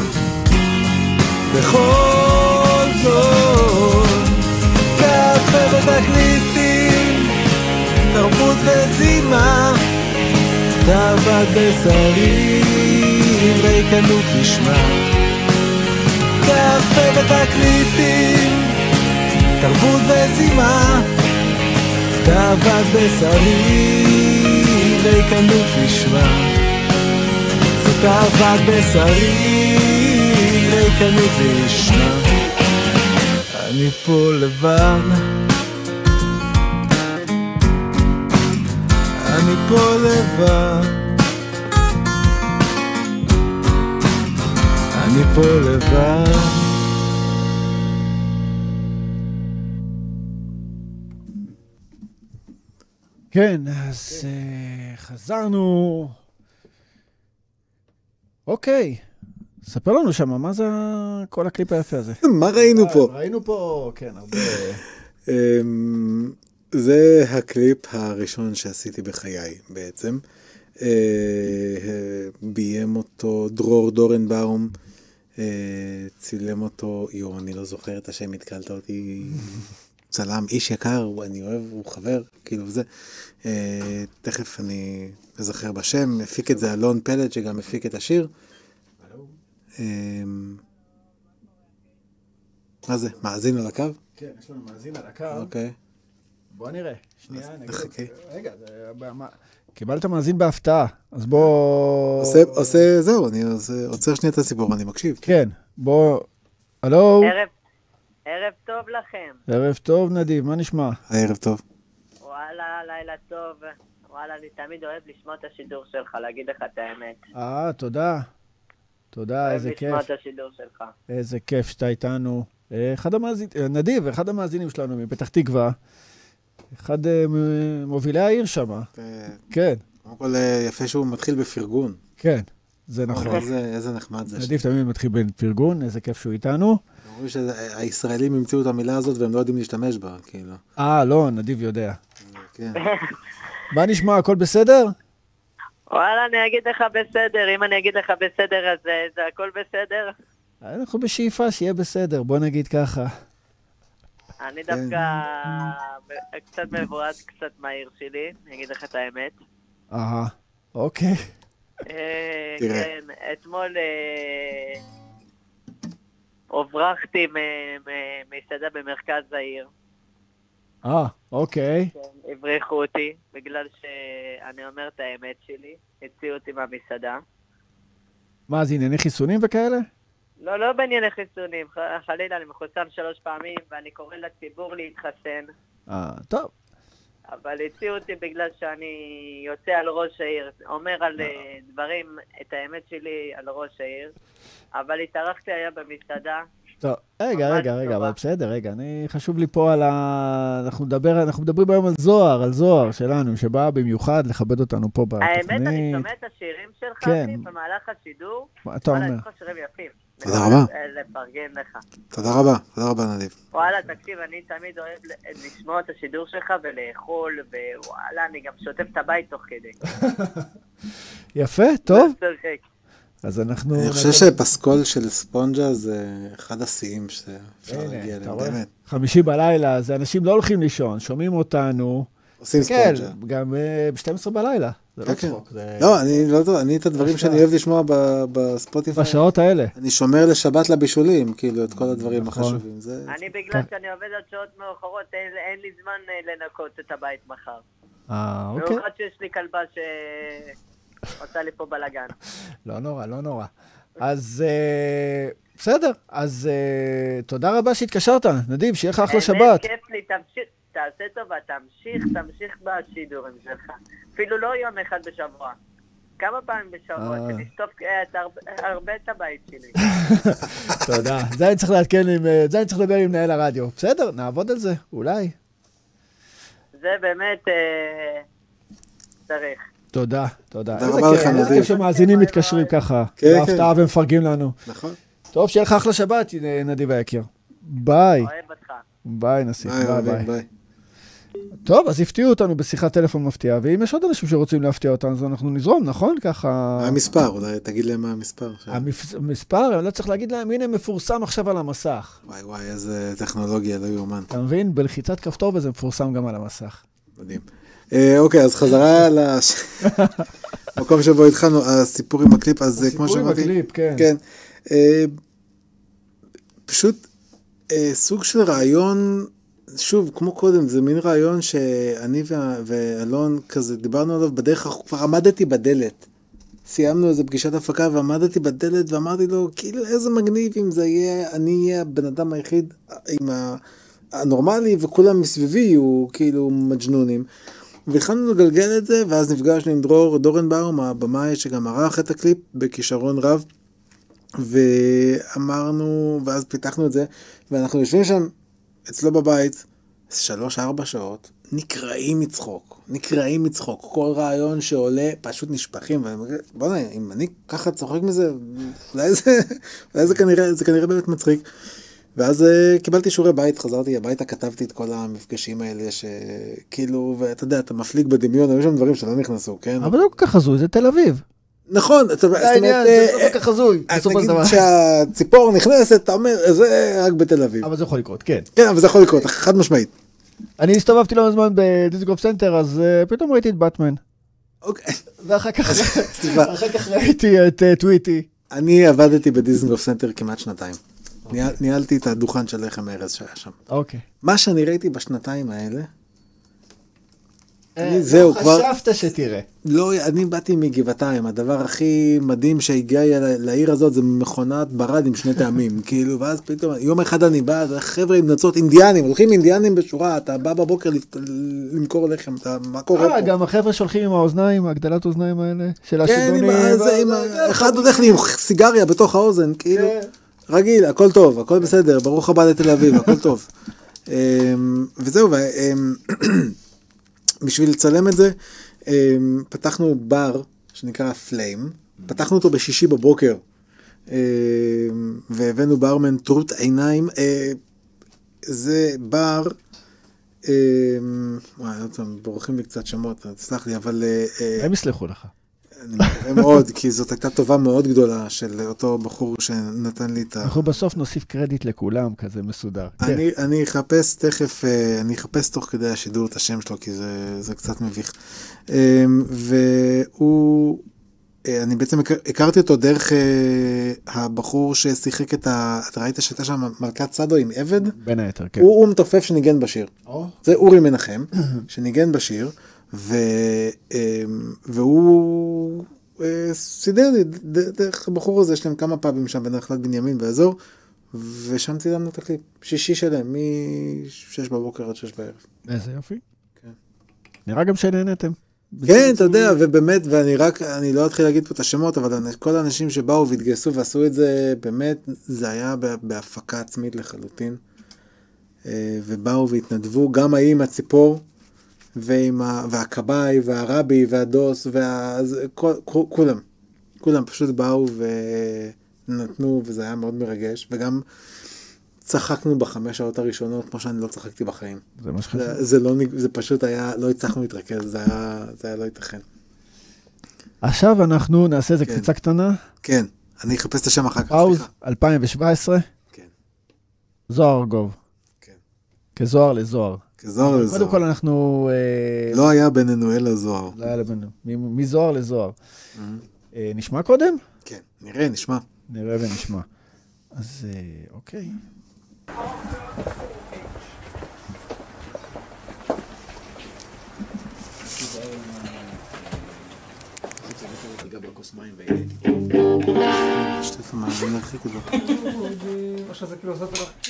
בכל זאת קפה ותקליטים, תרבות וזימה, תאוות בשרים, ריקנות לשמה. קפה ותקליטים, תרבות וזימה, תאוות בשרים, ריקנות לשמה. זאת תאוות בשרים, ריקנות לשמה. אני פה לבד, אני פה לבד, אני פה לבד. כן, אז חזרנו. אוקיי, ספר לנו שם, מה זה כל הקליפ היפה הזה? מה ראינו פה? ראינו פה, כן, הרבה. זה הקליפ הראשון שעשיתי בחיי בעצם. ביים אותו דרור דורנבאום, צילם אותו, אני לא זוכר את השם, התקלת אותי, צלם, איש יקר, אני אוהב, הוא חבר, כאילו זה. תכף אני אזכר בשם, הפיק את זה אלון פלד, שגם הפיק את השיר. מה זה? מאזין על הקו? כן, יש לנו מאזין על הקו. אוקיי. בוא נראה. שנייה, נחכה. רגע, קיבלת מאזין בהפתעה, אז בוא... עושה, זהו, אני עוצר שנייה את הסיפור, אני מקשיב. כן, בוא... הלו? ערב טוב לכם. ערב טוב, נדיב, מה נשמע? ערב טוב. וואלה, לילה טוב. וואלה, אני תמיד אוהב לשמוע את השידור שלך, להגיד לך את האמת. תודה. תודה, איזה כיף. אוהב לשמוע את השידור שלך. איזה כיף שאתה איתנו. נדיב, אחד המאזינים שלנו מפתח תקווה, אחד מובילי העיר שם. כן. קודם כל, יפה שהוא מתחיל בפרגון. כן, זה נכון. איזה נחמד זה. נדיב תמיד מתחיל בפרגון, איזה כיף שהוא איתנו. אומרים שהישראלים המציאו את המילה הזאת והם לא יודעים להשתמש בה, כאילו. לא, נדיב יודע. כן. מה נשמע, הכל בסדר? וואלה, אני אגיד לך בסדר. אם אני אגיד לך בסדר, אז זה הכל בסדר. אנחנו בשאיפה שיהיה בסדר, בוא נגיד ככה. אני דווקא קצת מבועד קצת מהעיר שלי, אני אגיד לך את האמת. אוקיי. כן, אתמול הוברחתי מסעדה במרכז העיר. אוקיי. הבריחו אותי, בגלל שאני אומר את האמת שלי, הציעו אותי מהמסעדה. מה, זה ענייני חיסונים וכאלה? לא בענייני חיסונים, חלילה, אני מחוסן 3 פעמים, ואני קורא לציבור להתחסן. טוב. אבל הציעו אותי בגלל שאני יוצא על ראש העיר, אומר על דברים, את האמת שלי על ראש העיר, אבל התארחתי היה במסעדה. טוב, רגע, אבל בסדר, רגע, חשוב לי פה על אנחנו מדברים היום על זוהר שלנו, שבא במיוחד לכבד אותנו פה בתוכנית. האמת, אני שומע את השירים שלך, כן. במהלך השידור. מה אתה אומר? יש לך שירים יפים. תודה רבה. לפרגן לך. תודה רבה נדיב. וואלה, תקשיב, אני תמיד אוהב לשמוע את השידור שלך ולאכול, ווואלה, אני גם שוטף את הבית תוך כדי. יפה, טוב. אז אנחנו... אני חושב שפסקול של ספונג'ה זה אחד השיאים שאפשר להגיע אליהם, באמת. 5 בלילה, זה אנשים לא הולכים לישון, שומעים אותנו. עושים ספונג'ה. כן, גם ב-12 בלילה. זה לא צחוק. לא, אני את הדברים שאני אוהב לשמוע בספוטיפיי. בשעות האלה. אני שומר לשבת לבישולים, כאילו, את כל הדברים החשובים. אני בגלל שאני עובד עד שעות מאוחרות, אין לי זמן לנקות את הבית מחר. אוקיי. במיוחד שיש לי כלבה עושה לי פה בלגן. לא נורא. אז בסדר, אז תודה רבה שהתקשרת, נדיב, שיהיה לך אחלה שבת. כיף לי, תעשה טובה, תמשיך בשידורים שלך. אפילו לא יום אחד בשבוע. כמה פעמים בשבוע, שנשטוף הרבה את הבית שלי. תודה. זה אני צריך לדבר עם מנהל הרדיו. בסדר, נעבוד על זה, אולי. זה באמת צריך. תודה. תודה רבה לך, נדיב. איזה כיף שמאזינים מתקשרים ככה, בהפתעה ומפרגים לנו. נכון. טוב, שיהיה לך אחלה שבת, נדיב היקר. ביי. אוהב אותך. ביי, נסיך. ביי. טוב, אז הפתיעו אותנו בשיחת טלפון מפתיעה, ואם יש עוד אנשים שרוצים להפתיע אותנו, אז אנחנו נזרום, נכון? ככה... מה המספר? אולי תגיד להם מה המספר. המספר, אני לא צריך להגיד להם, הנה מפורסם עכשיו על המסך. וואי, איזה טכנולוגיה, לא יאומן. אתה מבין? בלחיצת כפתור וזה מפורסם גם על המסך. מדהים. אוקיי, אז חזרה למקום שבו התחלנו, הסיפור עם הקליפ, אז כמו שאמרתי... הסיפור עם הקליפ, כן. כן. פשוט סוג של רעיון... שוב, כמו קודם, זה מין רעיון שאני ואלון כזה, דיברנו עליו בדרך, כבר עמדתי בדלת. סיימנו איזו פגישת הפקה ועמדתי בדלת ואמרתי לו, כאילו איזה מגניב אם זה יהיה, אני אהיה הבן אדם היחיד עם הנורמלי וכולם מסביבי יהיו כאילו מג'נונים. והתחלנו לגלגל את זה, ואז נפגשנו עם דרור דורנבאום, הבמאי שגם ערך את הקליפ בכישרון רב, ואמרנו, ואז פיתחנו את זה, ואנחנו יושבים שם, אצלו בבית, 3-4 שעות, נקראים מצחוק, כל רעיון שעולה פשוט נשפכים, בוא נראה, אם אני ככה צוחק מזה, אולי זה כנראה באמת מצחיק, ואז קיבלתי שיעורי בית, חזרתי הביתה, כתבתי את כל המפגשים האלה, שכאילו, ואתה יודע, אתה מפליג בדמיון, היו שם דברים שלא נכנסו, כן? אבל לא כל כך הזוי, זה תל אביב. נכון, זה העניין, זה לא כך חזוי. אז נגיד שהציפור נכנסת, אתה אומר, זה רק בתל אביב. אבל זה יכול לקרות, כן. כן, אבל זה יכול לקרות, חד משמעית. אני הסתובבתי לא מזמן בדיסקוף סנטר, אז פתאום ראיתי את באטמן. אוקיי. ואחר כך ראיתי את טוויטי. אני עבדתי בדיסקוף סנטר כמעט שנתיים. ניהלתי את הדוכן של לחם ארז שהיה שם. אוקיי. מה שאני ראיתי בשנתיים האלה, זהו, כבר... חשבת שתראה. לא, אני באתי מגבעתיים, הדבר הכי מדהים שהגיע לעיר הזאת זה מכונת ברד עם שני טעמים, כאילו, ואז פתאום, יום אחד אני בא, חבר'ה עם נצות אינדיאנים, הולכים אינדיאנים בשורה, אתה בא בבוקר למכור לחם, מה קורה פה? גם החבר'ה שהולכים עם האוזניים, הגדלת אוזניים האלה, של השידונים. כן, אחד הולך לי עם סיגריה בתוך האוזן, כאילו, רגיל, הכל טוב, הכל בסדר, ברוך הבא לתל אביב, הכל טוב. וזהו, בשביל לצלם את זה, פתחנו בר שנקרא פליים, פתחנו אותו בשישי בבוקר, והבאנו ברמן טרוט עיניים, זה בר, וואי, בורחים לי קצת שמות, תסלח לי, אבל... הם יסלחו לך. אני מקווה מאוד, כי זאת הייתה טובה מאוד גדולה של אותו בחור שנתן לי את ה... אנחנו בסוף נוסיף קרדיט לכולם, כזה מסודר. אני אחפש תכף, אני אחפש תוך כדי השידור את השם שלו, כי זה קצת מביך. והוא, אני בעצם הכרתי אותו דרך הבחור ששיחק את ה... אתה ראית שהייתה שם מלכת סדו עם עבד? בין היתר, כן. הוא מתופף שניגן בשיר. זה אורי מנחם, שניגן בשיר. והוא סידר לי דרך הבחור הזה, יש להם כמה פאבים שם בנחלת בנימין באזור, ושם צילמנו את הקליפ, שישי שלהם, מ-6 בבוקר עד 6 בערב. איזה יופי. כן. נראה גם שנהנתם. כן, אתה יודע, ובאמת, ואני לא אתחיל להגיד פה את השמות, אבל כל האנשים שבאו והתגייסו ועשו את זה, באמת, זה היה בהפקה עצמית לחלוטין, ובאו והתנדבו, גם האם הציפור, והקבאי, והרבי, והדוס, כולם פשוט באו ונתנו, וזה היה מאוד מרגש, וגם צחקנו ב5 שעות הראשונות, כמו שאני לא צחקתי בחיים. זה מה שחשוב. זה פשוט היה, לא הצלחנו להתרכז, זה היה לא ייתכן. עכשיו אנחנו נעשה איזה קציצה קטנה. כן, אני אחפש את השם אחר כך. פאוז, 2017. כן. זוהר ארגוב. כן. כזוהר לזוהר. כזוהר לזוהר. קודם כל אנחנו... לא היה בינינו אלא זוהר. לא היה בינינו. מזוהר לזוהר. נשמע קודם? כן, נראה, נשמע. נראה ונשמע. אז אוקיי. שתית מה, אני נרחיק את זה. או שזה כאילו עושה את זה.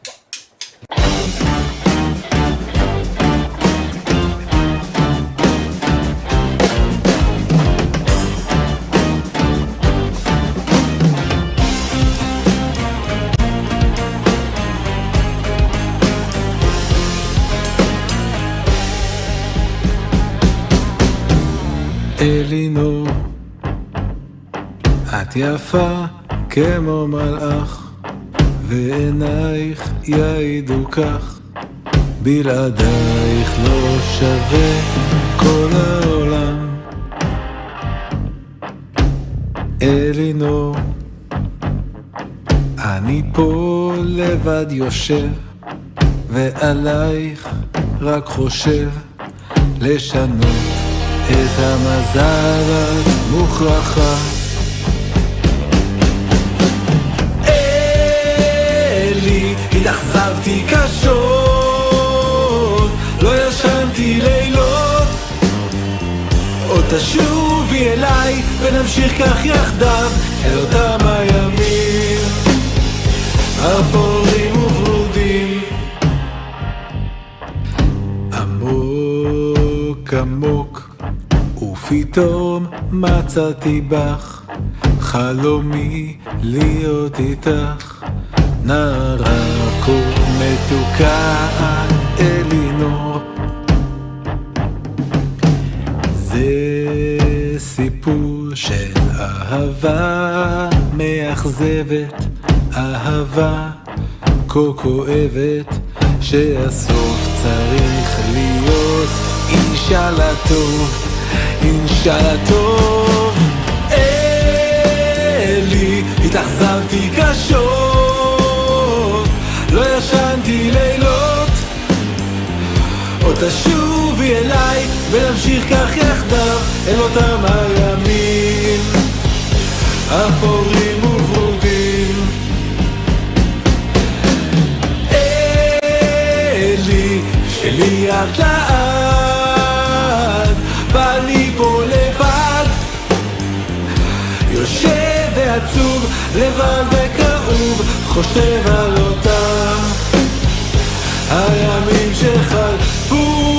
אלינור, את יפה כמו מלאך, ועינייך יעידו כך, בלעדייך לא שווה כל העולם. אלינור, אני פה לבד יושב, ועלייך רק חושב לשנות את המזל המוכרחה. אלי, התאכזבתי קשות, לא ישנתי לילות, עוד תשובי אליי ונמשיך כך יחדיו אל אותם הימים אפורים וברודים. עמוק עמוק ופתאום מצאתי בך חלומי להיות איתך, נערה כה מתוקה אלינור. זה סיפור של אהבה מאכזבת, אהבה כה כואבת, שהסוף צריך להיות אינשאללה טוב, אינשאללה טוב. ועצוב, לבד וכאוב, חושב על אותם הימים שחלפו.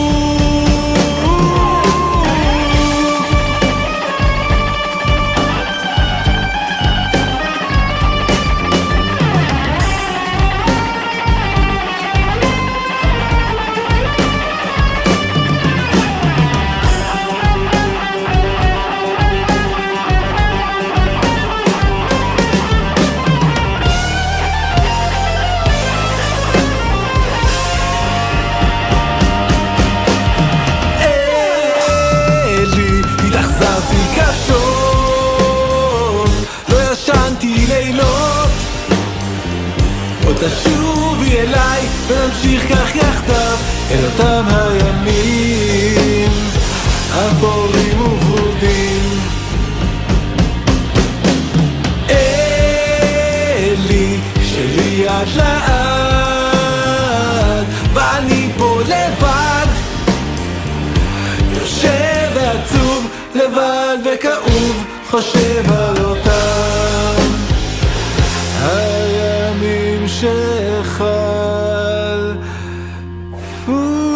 תשובי אליי ונמשיך כך יחדיו אל אותם הימים אפורים וברודים. אלי שלי עד לעד ואני פה לבד, יושב ועצוב, לבד וכאוב, חושב על אותם הימים שחלפו.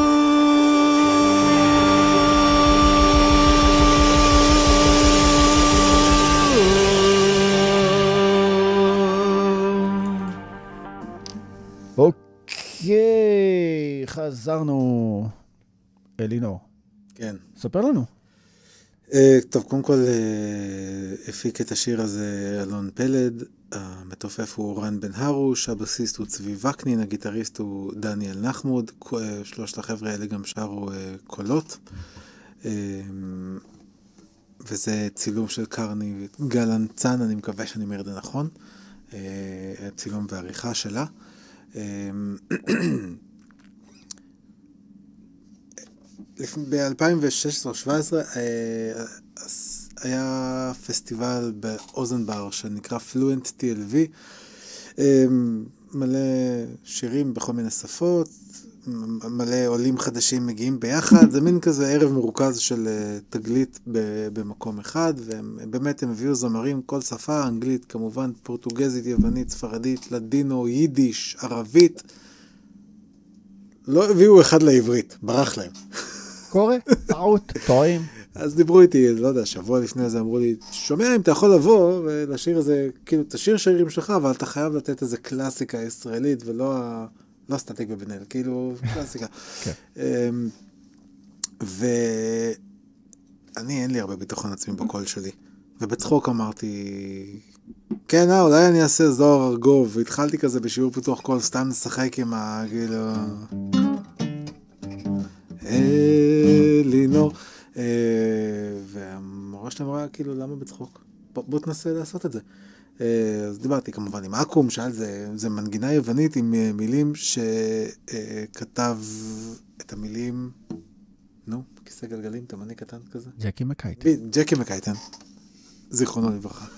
אוקיי, חזרנו. אלינור. כן. ספר לנו. טוב, קודם כל הפיק את השיר הזה אלון פלד, המתופף הוא רן בן הרוש, הבסיסט הוא צבי וקנין, הגיטריסט הוא דניאל נחמוד, שלושת החבר'ה האלה גם שרו קולות, וזה צילום של קרני גלנצן, אני מקווה שאני אומר את זה נכון, צילום ועריכה שלה. ב-2016-2017 היה פסטיבל באוזנבר שנקרא Fluent TLV, מלא שירים בכל מיני שפות, מלא עולים חדשים מגיעים ביחד, זה מין כזה ערב מרוכז של תגלית במקום אחד, ובאמת הם הביאו זמרים כל שפה, אנגלית כמובן, פורטוגזית, יוונית, ספרדית, לדינו, יידיש, ערבית, לא הביאו אחד לעברית, ברח להם. קורא, טעות, טועים. אז דיברו איתי, לא יודע, שבוע לפני זה אמרו לי, שומע אם אתה יכול לבוא ולשיר איזה, כאילו, תשיר שירים שלך, אבל אתה חייב לתת איזה קלאסיקה ישראלית, ולא סטטיק ובן אל, כאילו, קלאסיקה. ואני, אין לי הרבה ביטחון עצמי בקול שלי. ובצחוק אמרתי, כן, אולי אני אעשה זוהר ארגוב, והתחלתי כזה בשיעור פיתוח קול, סתם לשחק עם כאילו... אלינור. והמורה שלהם אמרה, כאילו, למה בצחוק? בוא תנסה לעשות את זה. אז דיברתי כמובן עם אקום, שאל, זה מנגינה יוונית עם מילים שכתב את המילים, כיסא גלגלים, תמני קטן כזה. ג'קי מקייטן. ג'קי מקייטן, זיכרונו לברכה.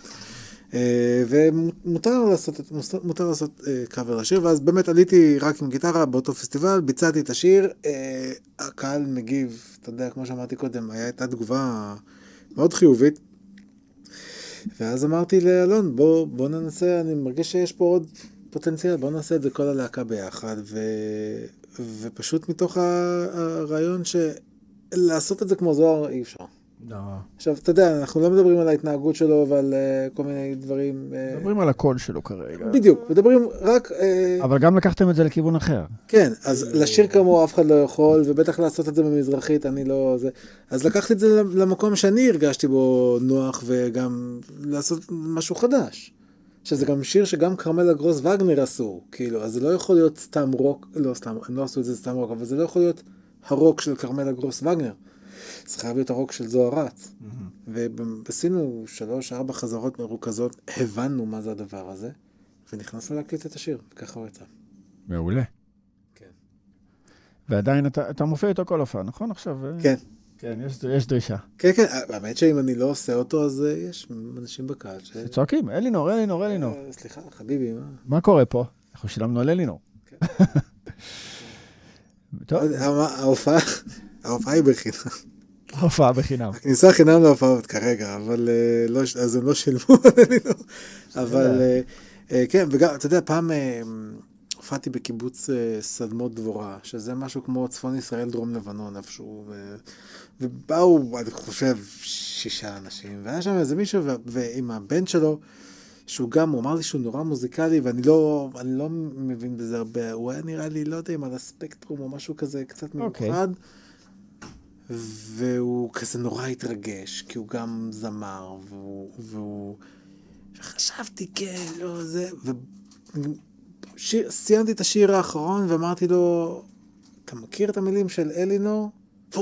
ומותר לעשות קאבר לשיר, ואז באמת עליתי רק עם גיטרה באותו פסטיבל, ביצעתי את השיר, הקהל מגיב, אתה יודע, כמו שאמרתי קודם, הייתה תגובה מאוד חיובית, ואז אמרתי לאלון, בוא ננסה, אני מרגיש שיש פה עוד פוטנציאל, בוא נעשה את זה כל הלהקה ביחד, ופשוט מתוך הרעיון שלעשות את זה כמו זוהר אי אפשר. עכשיו, אתה יודע, אנחנו לא מדברים על ההתנהגות שלו ועל כל מיני דברים... מדברים על הקול שלו כרגע. בדיוק, מדברים רק... אבל גם לקחתם את זה לכיוון אחר. כן, אז לשיר כמו אף אחד לא יכול, ובטח לעשות את זה במזרחית, אני לא... אז לקחתי את זה למקום שאני הרגשתי בו נוח, וגם לעשות משהו חדש. שזה גם שיר שגם קרמלה גרוס וגנר עשו, כאילו, אז זה לא יכול להיות סתם רוק, לא סתם, הם לא עשו את זה סתם רוק, אבל זה לא יכול להיות הרוק של קרמלה גרוס וגנר. זה חייב להיות הרוק של זוהר רץ. ועשינו 3-4 חזרות מרוכזות, הבנו מה זה הדבר הזה, ונכנסנו להקליט את השיר, וככה הוא יצא. מעולה. כן. ועדיין אתה מופיע איתו כל הופעה, נכון עכשיו? כן. כן, יש דרישה. כן, כן, האמת שאם אני לא עושה אותו, אז יש אנשים בקהל צועקים, אלינור. סליחה, חביבי, מה? מה קורה פה? אנחנו שילמנו על אלינור. כן. טוב. ההופעה היא בחינם. הופעה בחינם. הכניסה חינם להופעות כרגע, אבל אז הם לא שילמו עלינו. אבל כן, וגם, אתה יודע, פעם הופעתי בקיבוץ סדמות דבורה, שזה משהו כמו צפון ישראל, דרום לבנון, איפשהו, ובאו, אני חושב, 6 אנשים, והיה שם איזה מישהו, ועם הבן שלו, שהוא גם, הוא אמר לי שהוא נורא מוזיקלי, ואני לא מבין בזה הרבה, הוא היה נראה לי, לא יודע אם על הספקטרום או משהו כזה קצת מיוחד, והוא כזה נורא התרגש, כי הוא גם זמר, וחשבתי, כן, לא זה, סיימתי את השיר האחרון, ואמרתי לו, אתה מכיר את המילים של אלינור? והוא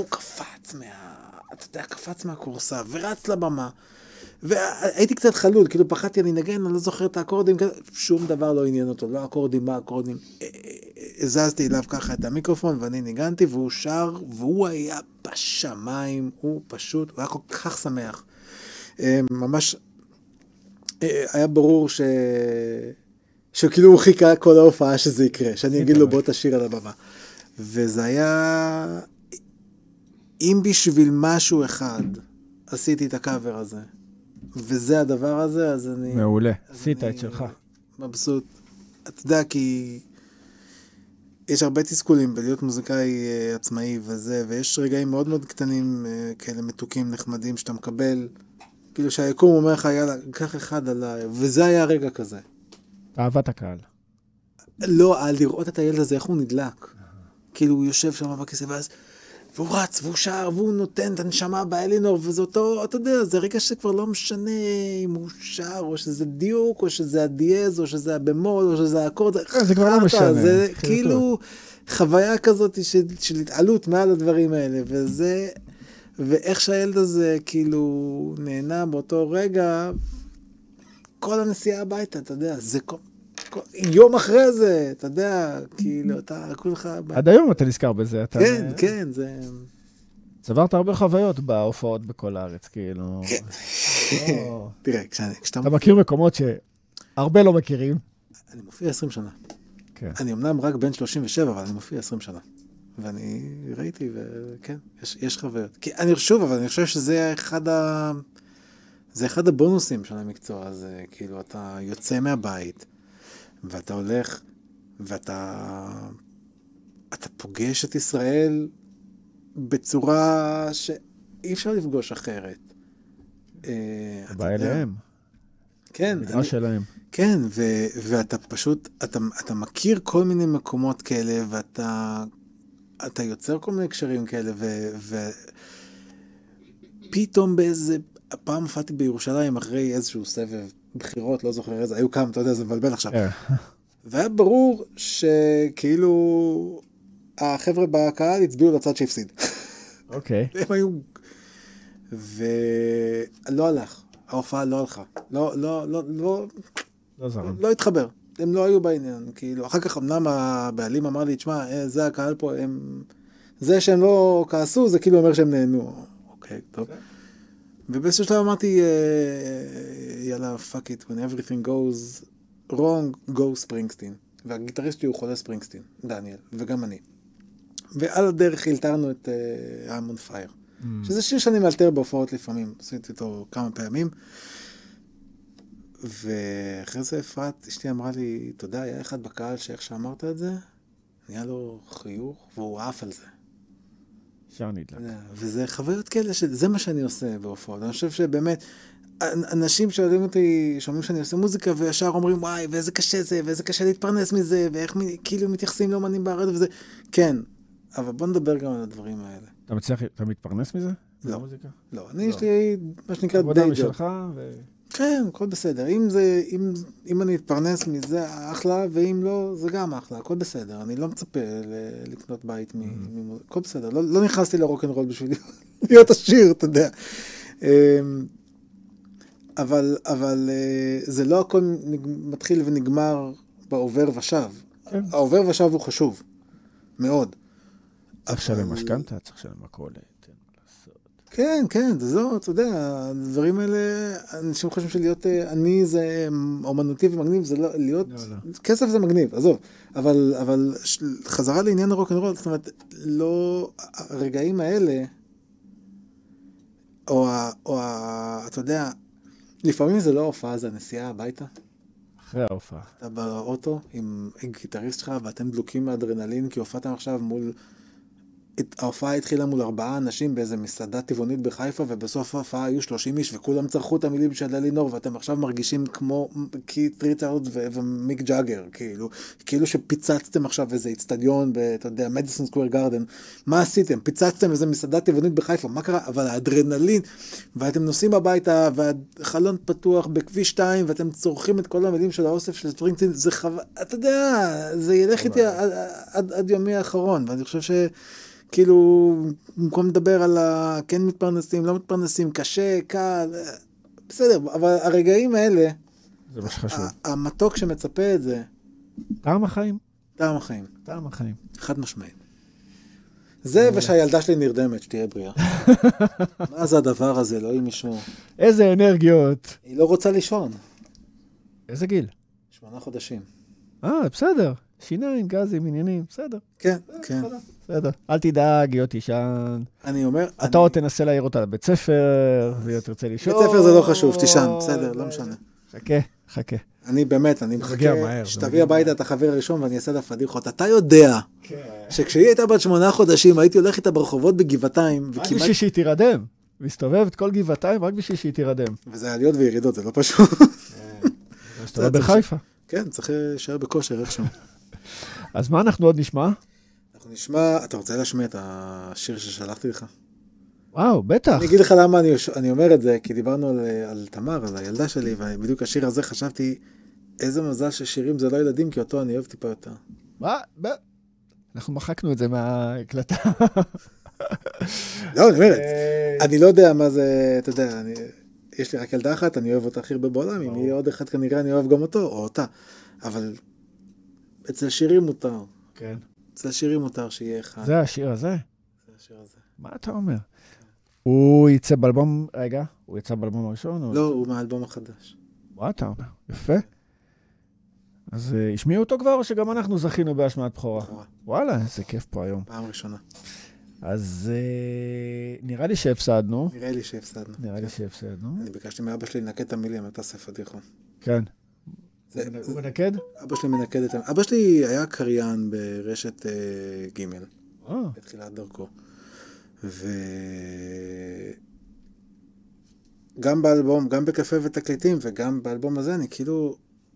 קפץ מהקורסה, ורץ לבמה, והייתי קצת חלול, כאילו פחדתי, אני נגן, אני לא זוכר את האקורדים, שום דבר לא עניין אותו, לא אקורדים, מה אקורדים, הזזתי אליו ככה את המיקרופון, ואני ניגנתי, והוא שר, והוא היה בשמיים, הוא היה כל כך שמח. ממש, היה ברור שכאילו הוא חיכה כל ההופעה שזה יקרה, שאני אגיד לו בוא תשיר על הבמה. וזה היה, אם בשביל משהו אחד עשיתי את הקאבר הזה, וזה הדבר הזה, אז אני... מעולה, עשית את שלך. מבסוט. אתה יודע, כי יש הרבה תסכולים בלהיות מוזיקאי עצמאי וזה, ויש רגעים מאוד מאוד קטנים כאלה מתוקים, נחמדים, שאתה מקבל, כאילו שהיקום אומר לך, יאללה, קח אחד עליי, וזה היה רגע כזה. אהבת הקהל. לא, על לראות את הילד הזה, איך הוא נדלק. כאילו הוא יושב שם בכיסא, ואז... והוא רץ, והוא שר, והוא נותן את הנשמה באלינור, וזה אותו, אתה יודע, זה רגע שכבר לא משנה אם הוא שר, או שזה דיוק, או שזה הדיאז, או שזה הבמול, או שזה האקורד, זה כבר לא משנה. זה כאילו חוויה כזאת של התעלות מעל הדברים האלה, וזה, ואיך שהילד הזה כאילו נהנה באותו רגע, כל הנסיעה הביתה, אתה יודע, זה יום אחרי זה, אתה יודע, כאילו, אתה כולך... עד היום אתה נזכר בזה. כן, כן, זה... צברת הרבה חוויות בהופעות בכל הארץ, כאילו... כן. תראה, כשאתה... אתה מכיר מקומות שהרבה לא מכירים. אני מופיע 20 שנה. כן. אני אמנם רק בן 37, אבל אני מופיע 20 שנה. ואני ראיתי, וכן, יש חוויות. אבל אני חושב שזה אחד הבונוסים של המקצוע הזה, כאילו, אתה יוצא מהבית, ואתה הולך, ואתה פוגש את ישראל בצורה שאי אפשר לפגוש אחרת. בא אליהם. כן. בגלל שלהם. כן, ואתה פשוט, אתה מכיר כל מיני מקומות כאלה, ואתה יוצר כל מיני קשרים כאלה, ופתאום פעם הופעתי בירושלים אחרי איזשהו סבב בחירות, לא זוכר איזה, היו כמה, אתה יודע, זה מבלבל עכשיו. והיה ברור שכאילו החבר'ה בקהל הצביעו לצד שהפסיד. אוקיי. הם היו... ולא הלך. ההופעה לא הלכה. לא התחבר. הם לא היו בעניין. כאילו, אחר כך אמנם הבעלים אמר לי, תשמע, זה הקהל פה, זה שהם לא כעסו, זה כאילו אומר שהם נהנו. אוקיי, טוב. ובאיזשהו שלב אמרתי, יאללה, fuck it, when everything goes wrong, go ספרינגסטין. והגיטריסט שלי הוא חולה ספרינגסטין, דניאל, וגם אני. ועל הדרך הלתרנו את I'm on Fire. שזה שיר שאני מאלתר בהופעות לפעמים, עשיתי אותו כמה פעמים. ואחרי זה אפרת, אשתי אמרה לי, תודה, היה אחד בקהל שאיך שאמרת את זה, נהיה לו חיוך, והוא עף על זה. שער נדלק. וזה חוויות כאלה, זה מה שאני עושה בהופעות. אני חושב שבאמת, אנשים שואלים אותי, שומעים שאני עושה מוזיקה, וישר אומרים, וואי, ואיזה קשה זה, ואיזה קשה להתפרנס מזה, ואיך כאילו מתייחסים לאומנים בארץ וזה. כן, אבל בוא נדבר גם על הדברים האלה. אתה מצליח, אתה מתפרנס מזה? לא. לא, אני יש לי, מה שנקרא, עבודה משלך כן, הכל בסדר. אם אני אתפרנס מזה, אחלה, ואם לא, זה גם אחלה, הכל בסדר. אני לא מצפה לקנות בית הכל בסדר. לא נכנסתי לרוק'נ'רול בשביל להיות עשיר, אתה יודע. אבל זה לא הכל מתחיל ונגמר בעובר ושב. העובר ושב הוא חשוב, מאוד. צריך לשלם משכנתה, צריך לשלם מכולת. כן, כן, זאת, אתה יודע, הדברים האלה, אנשים חושבים שלהיות עני זה אומנותי ומגניב, זה לא, להיות, כסף זה מגניב, עזוב, אבל חזרה לעניין הרוק'נ'רול, זאת אומרת, לא, הרגעים האלה, אתה יודע, לפעמים זה לא ההופעה, זה הנסיעה הביתה. אחרי ההופעה. אתה באוטו עם גיטריסט שלך, ואתם דלוקים מאדרנלין, כי הופעתם עכשיו מול... ההופעה התחילה מול 4 אנשים באיזה מסעדה טבעונית בחיפה, ובסוף ההופעה היו 30 איש, וכולם צרכו את המילים של אלינור, ואתם עכשיו מרגישים כמו קית' ריצ'רדס ומיק ג'אגר, כאילו שפיצצתם עכשיו איזה אצטדיון, אתה יודע, מדיסון סקוואר גארדן. מה עשיתם? פיצצתם איזה מסעדה טבעונית בחיפה, מה קרה? אבל האדרנלין, ואתם נוסעים הביתה, והחלון פתוח בכביש 2, ואתם צורכים את כל המילים של האוסף של ספרינגסטין, זה אתה יודע, זה ילך איתי עד יומי האחרון, ואני חושב כאילו, במקום לדבר על כן מתפרנסים, לא מתפרנסים, קשה, קל, בסדר, אבל הרגעים האלה, זה מה שחשוב. המתוק שמצפה את זה, טעם החיים. טעם החיים. טעם החיים. חד משמעית. זה ושהילדה שלי נרדמת, שתהיה בריאה. מה זה הדבר הזה, לא עם ישמור. איזה אנרגיות. היא לא רוצה לישון. איזה גיל? 8 חודשים. בסדר. שיניים, גזים, עניינים, בסדר. כן, כן. בסדר. אל תדאג, היא עוד תישן. אני אומר... אתה עוד תנסה להעיר אותה לבית ספר, והיא תרצה לישון. בית ספר זה לא חשוב, תישן, בסדר, לא משנה. חכה. אני באמת, אני מחכה שתביא הביתה את החבר הראשון ואני אעשה לה פדיחות. אתה יודע שכשהיא הייתה בת 8 חודשים, הייתי הולך איתה ברחובות בגבעתיים. רק בשביל שהיא תירדם. מסתובבת כל גבעתיים רק בשביל שהיא תירדם. וזה עליות וירידות, זה לא פשוט. אתה בחיפה. כן, צריך להישאר בכושר איכשהו. אז מה אנחנו עוד נשמע? אנחנו נשמע, אתה רוצה להשמיע את השיר ששלחתי לך? וואו, בטח. אני אגיד לך למה אני אומר את זה, כי דיברנו על תמר, על הילדה שלי, ובדיוק השיר הזה חשבתי, איזה מזל ששירים זה לא ילדים, כי אותו אני אוהב טיפה יותר. מה? אנחנו מחקנו את זה מההקלטה. לא, אני אומרת, אני לא יודע מה זה, אתה יודע, יש לי רק ילדה אחת, אני אוהב אותה הכי הרבה בעולם, אם יהיה עוד אחד כנראה אני אוהב גם אותו, או אותה, אבל אצל שירים מותר. כן. אצל שירים מותר שיהיה אחד. זה השיר הזה? זה השיר הזה. מה אתה אומר? הוא יצא באלבום, רגע, הוא יצא באלבום הראשון? לא, הוא מהאלבום החדש. מה אתה אומר? יפה. אז השמיעו אותו כבר, או שגם אנחנו זכינו בהשמעת בכורה? וואלה, איזה כיף פה היום. פעם ראשונה. אז נראה לי שהפסדנו. נראה לי שהפסדנו. אני ביקשתי מאבא שלי לנקד את המילים, אתה עושה פדיחות. כן. הוא מנקד? אבא שלי מנקד את... אבא שלי היה קריין ברשת ג' בתחילת דרכו. וגם באלבום, גם בקפה ותקליטים, וגם באלבום הזה, אני כאילו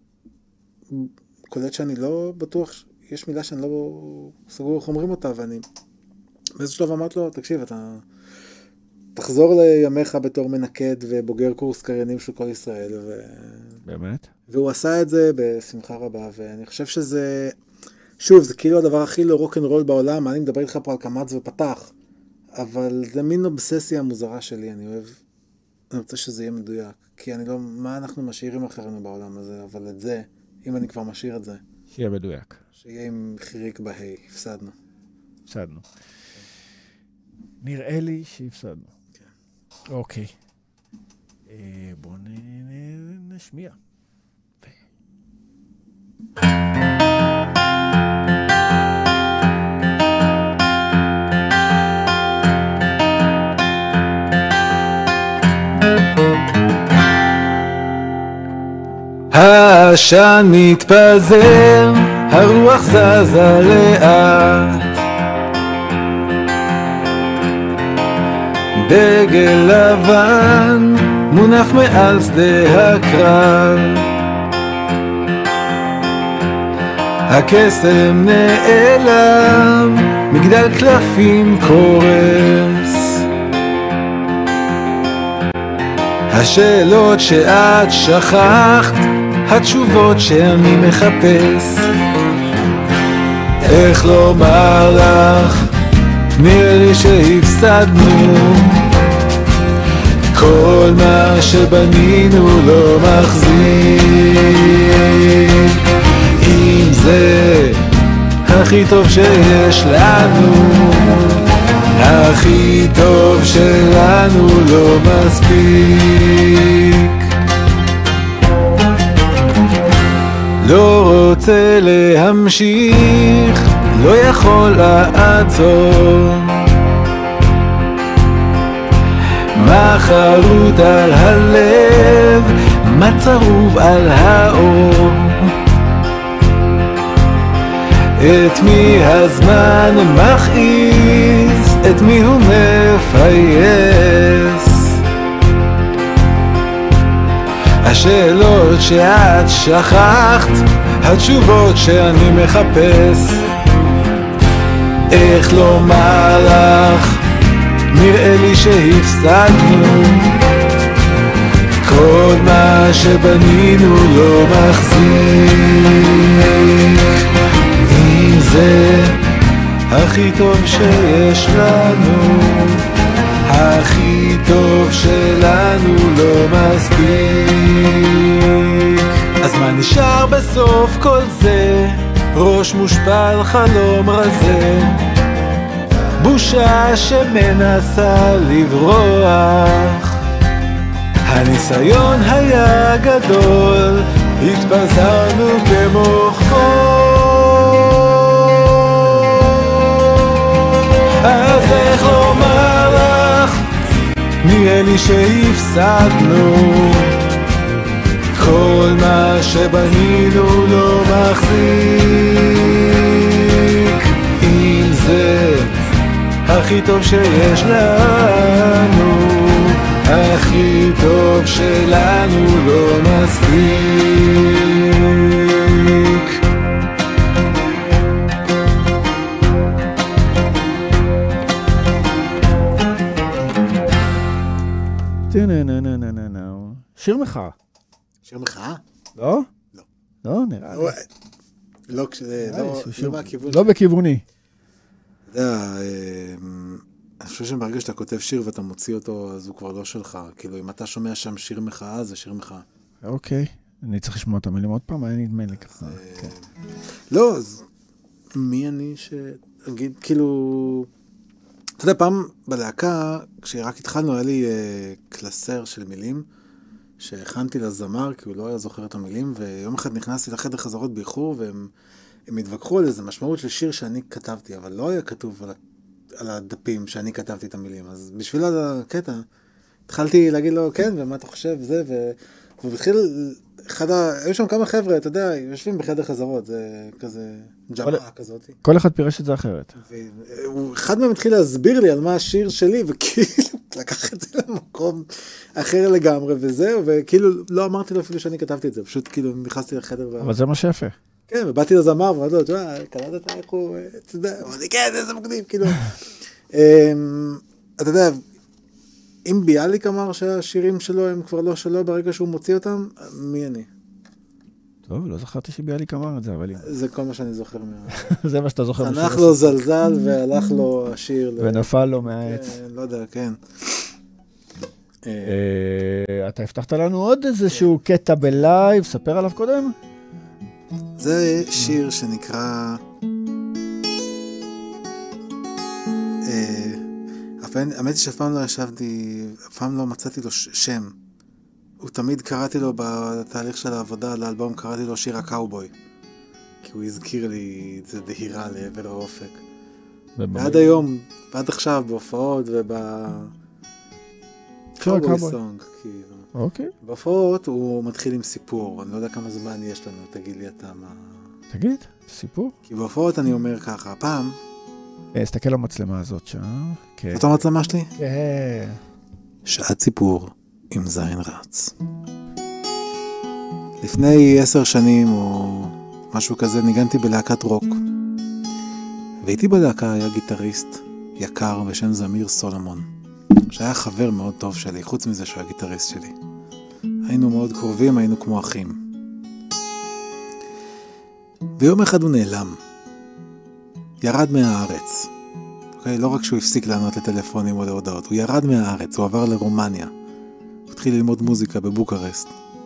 קולט שאני לא בטוח, יש מילה שאני לא סגור איך אומרים אותה, ואני באיזה שלב אמרת לו, תקשיב, אתה תחזור לימיך בתור מנקד ובוגר קורס קריינים של כל ישראל. באמת? והוא עשה את זה בשמחה רבה, ואני חושב שזה, שוב, זה כאילו הדבר הכי לא רוק'נ'רול בעולם, אני מדבר איתך פה על קמץ ופתח, אבל זה מין אובססיה מוזרה שלי, אני רוצה שזה יהיה מדויק, כי אני לא, מה אנחנו משאירים אחרינו בעולם הזה, אבל את זה, אם אני כבר משאיר את זה. שיהיה מדויק. שיהיה עם חיריק בהי, הפסדנו. נראה לי שהפסדנו. כן. אוקיי. בואו נשמיע. העשן מתפזר, הרוח זזה לאט, דגל לבן מונח מעל שדה הקרב, הקסם נעלם, מגדל קלפים קורס, השאלות שאת שכחת, התשובות שאני מחפש, איך לומר לך, נראה לי שהפסדנו, כל מה שבנינו לא מחזיק, אם זה הכי טוב שיש לנו, הכי טוב שלנו לא מספיק. לא רוצה להמשיך, לא יכול לעצור, מה חרוט על הלב, מה צרוב על האור. את מי הזמן מכעיס, את מי הוא מפייס. השאלות שאת שכחת, התשובות שאני מחפש. איך לומר לך, נראה לי שהפסדנו, כל מה שבנינו לא מחזיק. אם זה הכי טוב שיש לנו, הכי טוב שלנו לא מספיק. אז מה נשאר בסוף כל זה? ראש מושפל, חלום רזה, בושה שמנסה לברוח. הניסיון היה גדול, התפזרנו כמו חול. אז איך לומר לך, נראה לי שהפסדנו, כל מה שבנינו לא מחזיק. אם זה הכי טוב שיש לנו, הכי טוב שלנו לא מספיק. שיר מחאה. שיר מחאה? לא? לא. לא, נראה לי. לא מהכיוון. לא בכיווני. אתה יודע, אני חושב שברגע שאתה כותב שיר ואתה מוציא אותו, אז הוא כבר לא שלך. כאילו, אם אתה שומע שם שיר מחאה, זה שיר מחאה. אוקיי. אני צריך לשמוע את המילים עוד פעם, אני נדמה לי ככה. לא, אז מי אני שאגיד, כאילו... אתה יודע, פעם בלהקה, כשרק התחלנו, היה לי קלסר של מילים, שהכנתי לזמר, כי הוא לא היה זוכר את המילים, ויום אחד נכנסתי לחדר חזרות באיחור, והם התווכחו על איזה משמעות של שיר שאני כתבתי, אבל לא היה כתוב על הדפים שאני כתבתי את המילים. אז בשביל הקטע, התחלתי להגיד לו, כן, ומה אתה חושב, זה, ובתחיל, היו שם כמה חבר'ה, אתה יודע, יושבים בחדר חזרות, זה כזה ג'מעה כזאת. כל אחד פירש את זה אחרת. אחד מהם התחיל להסביר לי על מה השיר שלי, וכאילו לקח את זה למקום אחר לגמרי, וזהו, וכאילו לא אמרתי לו אפילו שאני כתבתי את זה, פשוט כאילו נכנסתי לחדר. אבל זה מה שיפה. כן, ובאתי לזמר, ואמרתי לו, תשמע, קלטת איך הוא, אתה יודע, אמרתי, כן, איזה מגניב, כאילו. אתה יודע, אם ביאליק אמר שהשירים שלו הם כבר לא שלו ברגע שהוא מוציא אותם, מי אני? טוב, לא זכרתי שביאליק אמר את זה, אבל... זה כל מה שאני זוכר. זה מה שאתה זוכר. הלך לו זלזל והלך לו השיר. ונפל לו מהעץ. לא יודע, כן. אתה הבטחת לנו עוד איזשהו קטע בלייב, ספר עליו קודם? זה שיר שנקרא... האמת שאף פעם לא ישבתי, אף פעם לא מצאתי לו שם. הוא תמיד קראתי לו בתהליך של העבודה על האלבום, קראתי לו שיר הקאובוי. כי הוא הזכיר לי את זה דהירה לעבר האופק. ועד היום, ועד עכשיו, בהופעות קאובוי סונג, כאילו. אוקיי. בהופעות הוא מתחיל עם סיפור, אני לא יודע כמה זמן יש לנו, תגיד לי אתה מה... תגיד, סיפור? כי בהופעות אני אומר ככה, פעם... הסתכל על המצלמה הזאת שם. זאת המצלמה שלי? כן. שעת סיפור עם זין רץ. לפני 10 שנים או משהו כזה ניגנתי בלהקת רוק. ואיתי בלהקה היה גיטריסט יקר בשם זמיר סולומון, שהיה חבר מאוד טוב שלי, חוץ מזה שהוא היה גיטריסט שלי. היינו מאוד קרובים, היינו כמו אחים. ויום אחד הוא נעלם. ירד מהארץ. אוקיי? לא רק שהוא הפסיק לענות לטלפונים או להודעות, הוא ירד מהארץ, הוא עבר לרומניה. הוא התחיל ללמוד מוזיקה בבוקרשט.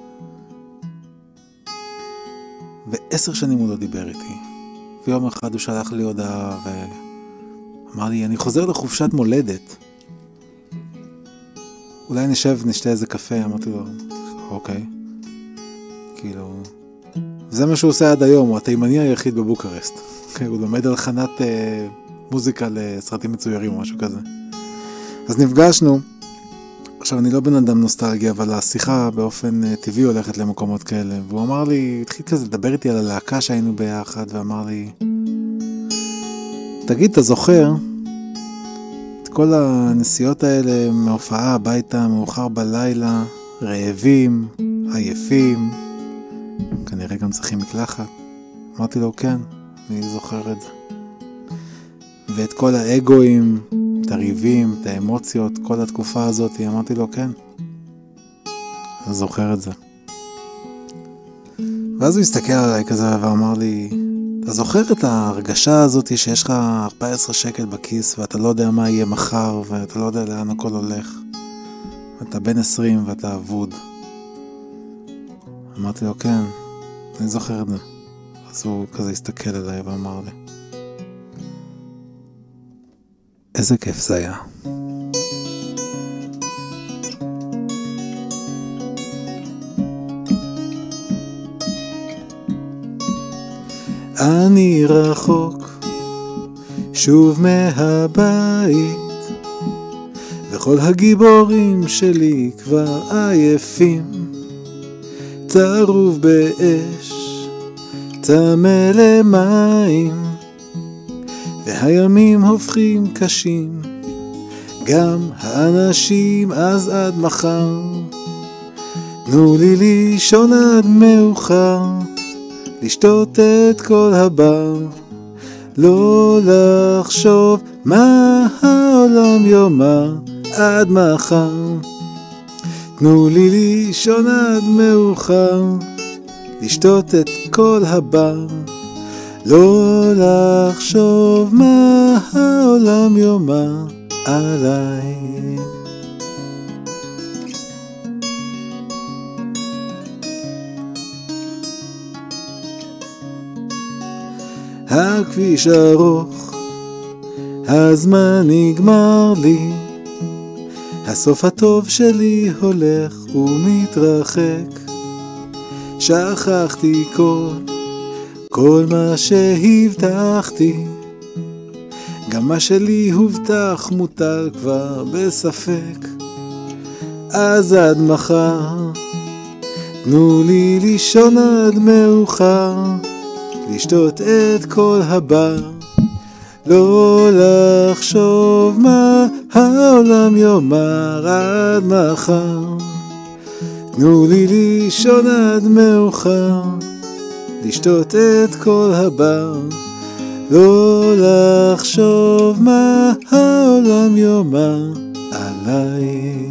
ו10 שנים הוא לא דיבר איתי. ויום אחד הוא שלח לי הודעה ואמר לי, אני חוזר לחופשת מולדת. אולי נשב, נשתה איזה קפה. אמרתי לו, אוקיי. כאילו... זה מה שהוא עושה עד היום, הוא התימני היחיד בבוקרשט. הוא לומד על חנת מוזיקה לסרטים מצוירים או משהו כזה. אז נפגשנו, עכשיו, אני לא בן אדם נוסטלגי, אבל השיחה באופן טבעי הולכת למקומות כאלה. והוא אמר לי, התחיל כזה לדבר איתי על הלהקה שהיינו ביחד, ואמר לי, תגיד, אתה זוכר את כל הנסיעות האלה מהופעה הביתה, מאוחר בלילה, רעבים, עייפים, כנראה גם צריכים מקלחת? אמרתי לו, כן, אני זוכר את זה. ואת כל האגואים, את הריבים, את האמוציות, כל התקופה הזאת, אמרתי לו, כן, אני זוכר את זה. ואז הוא הסתכל עליי כזה ואמר לי, אתה זוכר את ההרגשה הזאת שיש לך 14 שקל בכיס ואתה לא יודע מה יהיה מחר ואתה לא יודע לאן הכל הולך? אתה בן 20 ואתה אבוד. אמרתי לו, כן, אני זוכר את זה. אז הוא כזה הסתכל עליי ואמר לי, איזה כיף זה היה. אני רחוק שוב מהבית, וכל הגיבורים שלי כבר עייפים, צרוב באש, צמא למים, והימים הופכים קשים, גם האנשים אז עד מחר. תנו לי לישון עד מאוחר, לשתות את כל הבר, לא לחשוב מה העולם יאמר עד מחר. תנו לי לישון עד מאוחר, לשתות את כל הבר, לא לחשוב מה העולם יאמר עליי. הכביש ארוך, הזמן נגמר לי, הסוף הטוב שלי הולך ומתרחק, שכחתי כל מה שהבטחתי, גם מה שלי הובטח מוטל כבר בספק. אז עד מחר, תנו לי לישון עד מאוחר, לשתות את כל הבר, לא לחשוב מה העולם יאמר עד מחר. תנו לי לישון עד מאוחר, לשתות את כל הבר, לא לחשוב מה העולם יאמר עליי.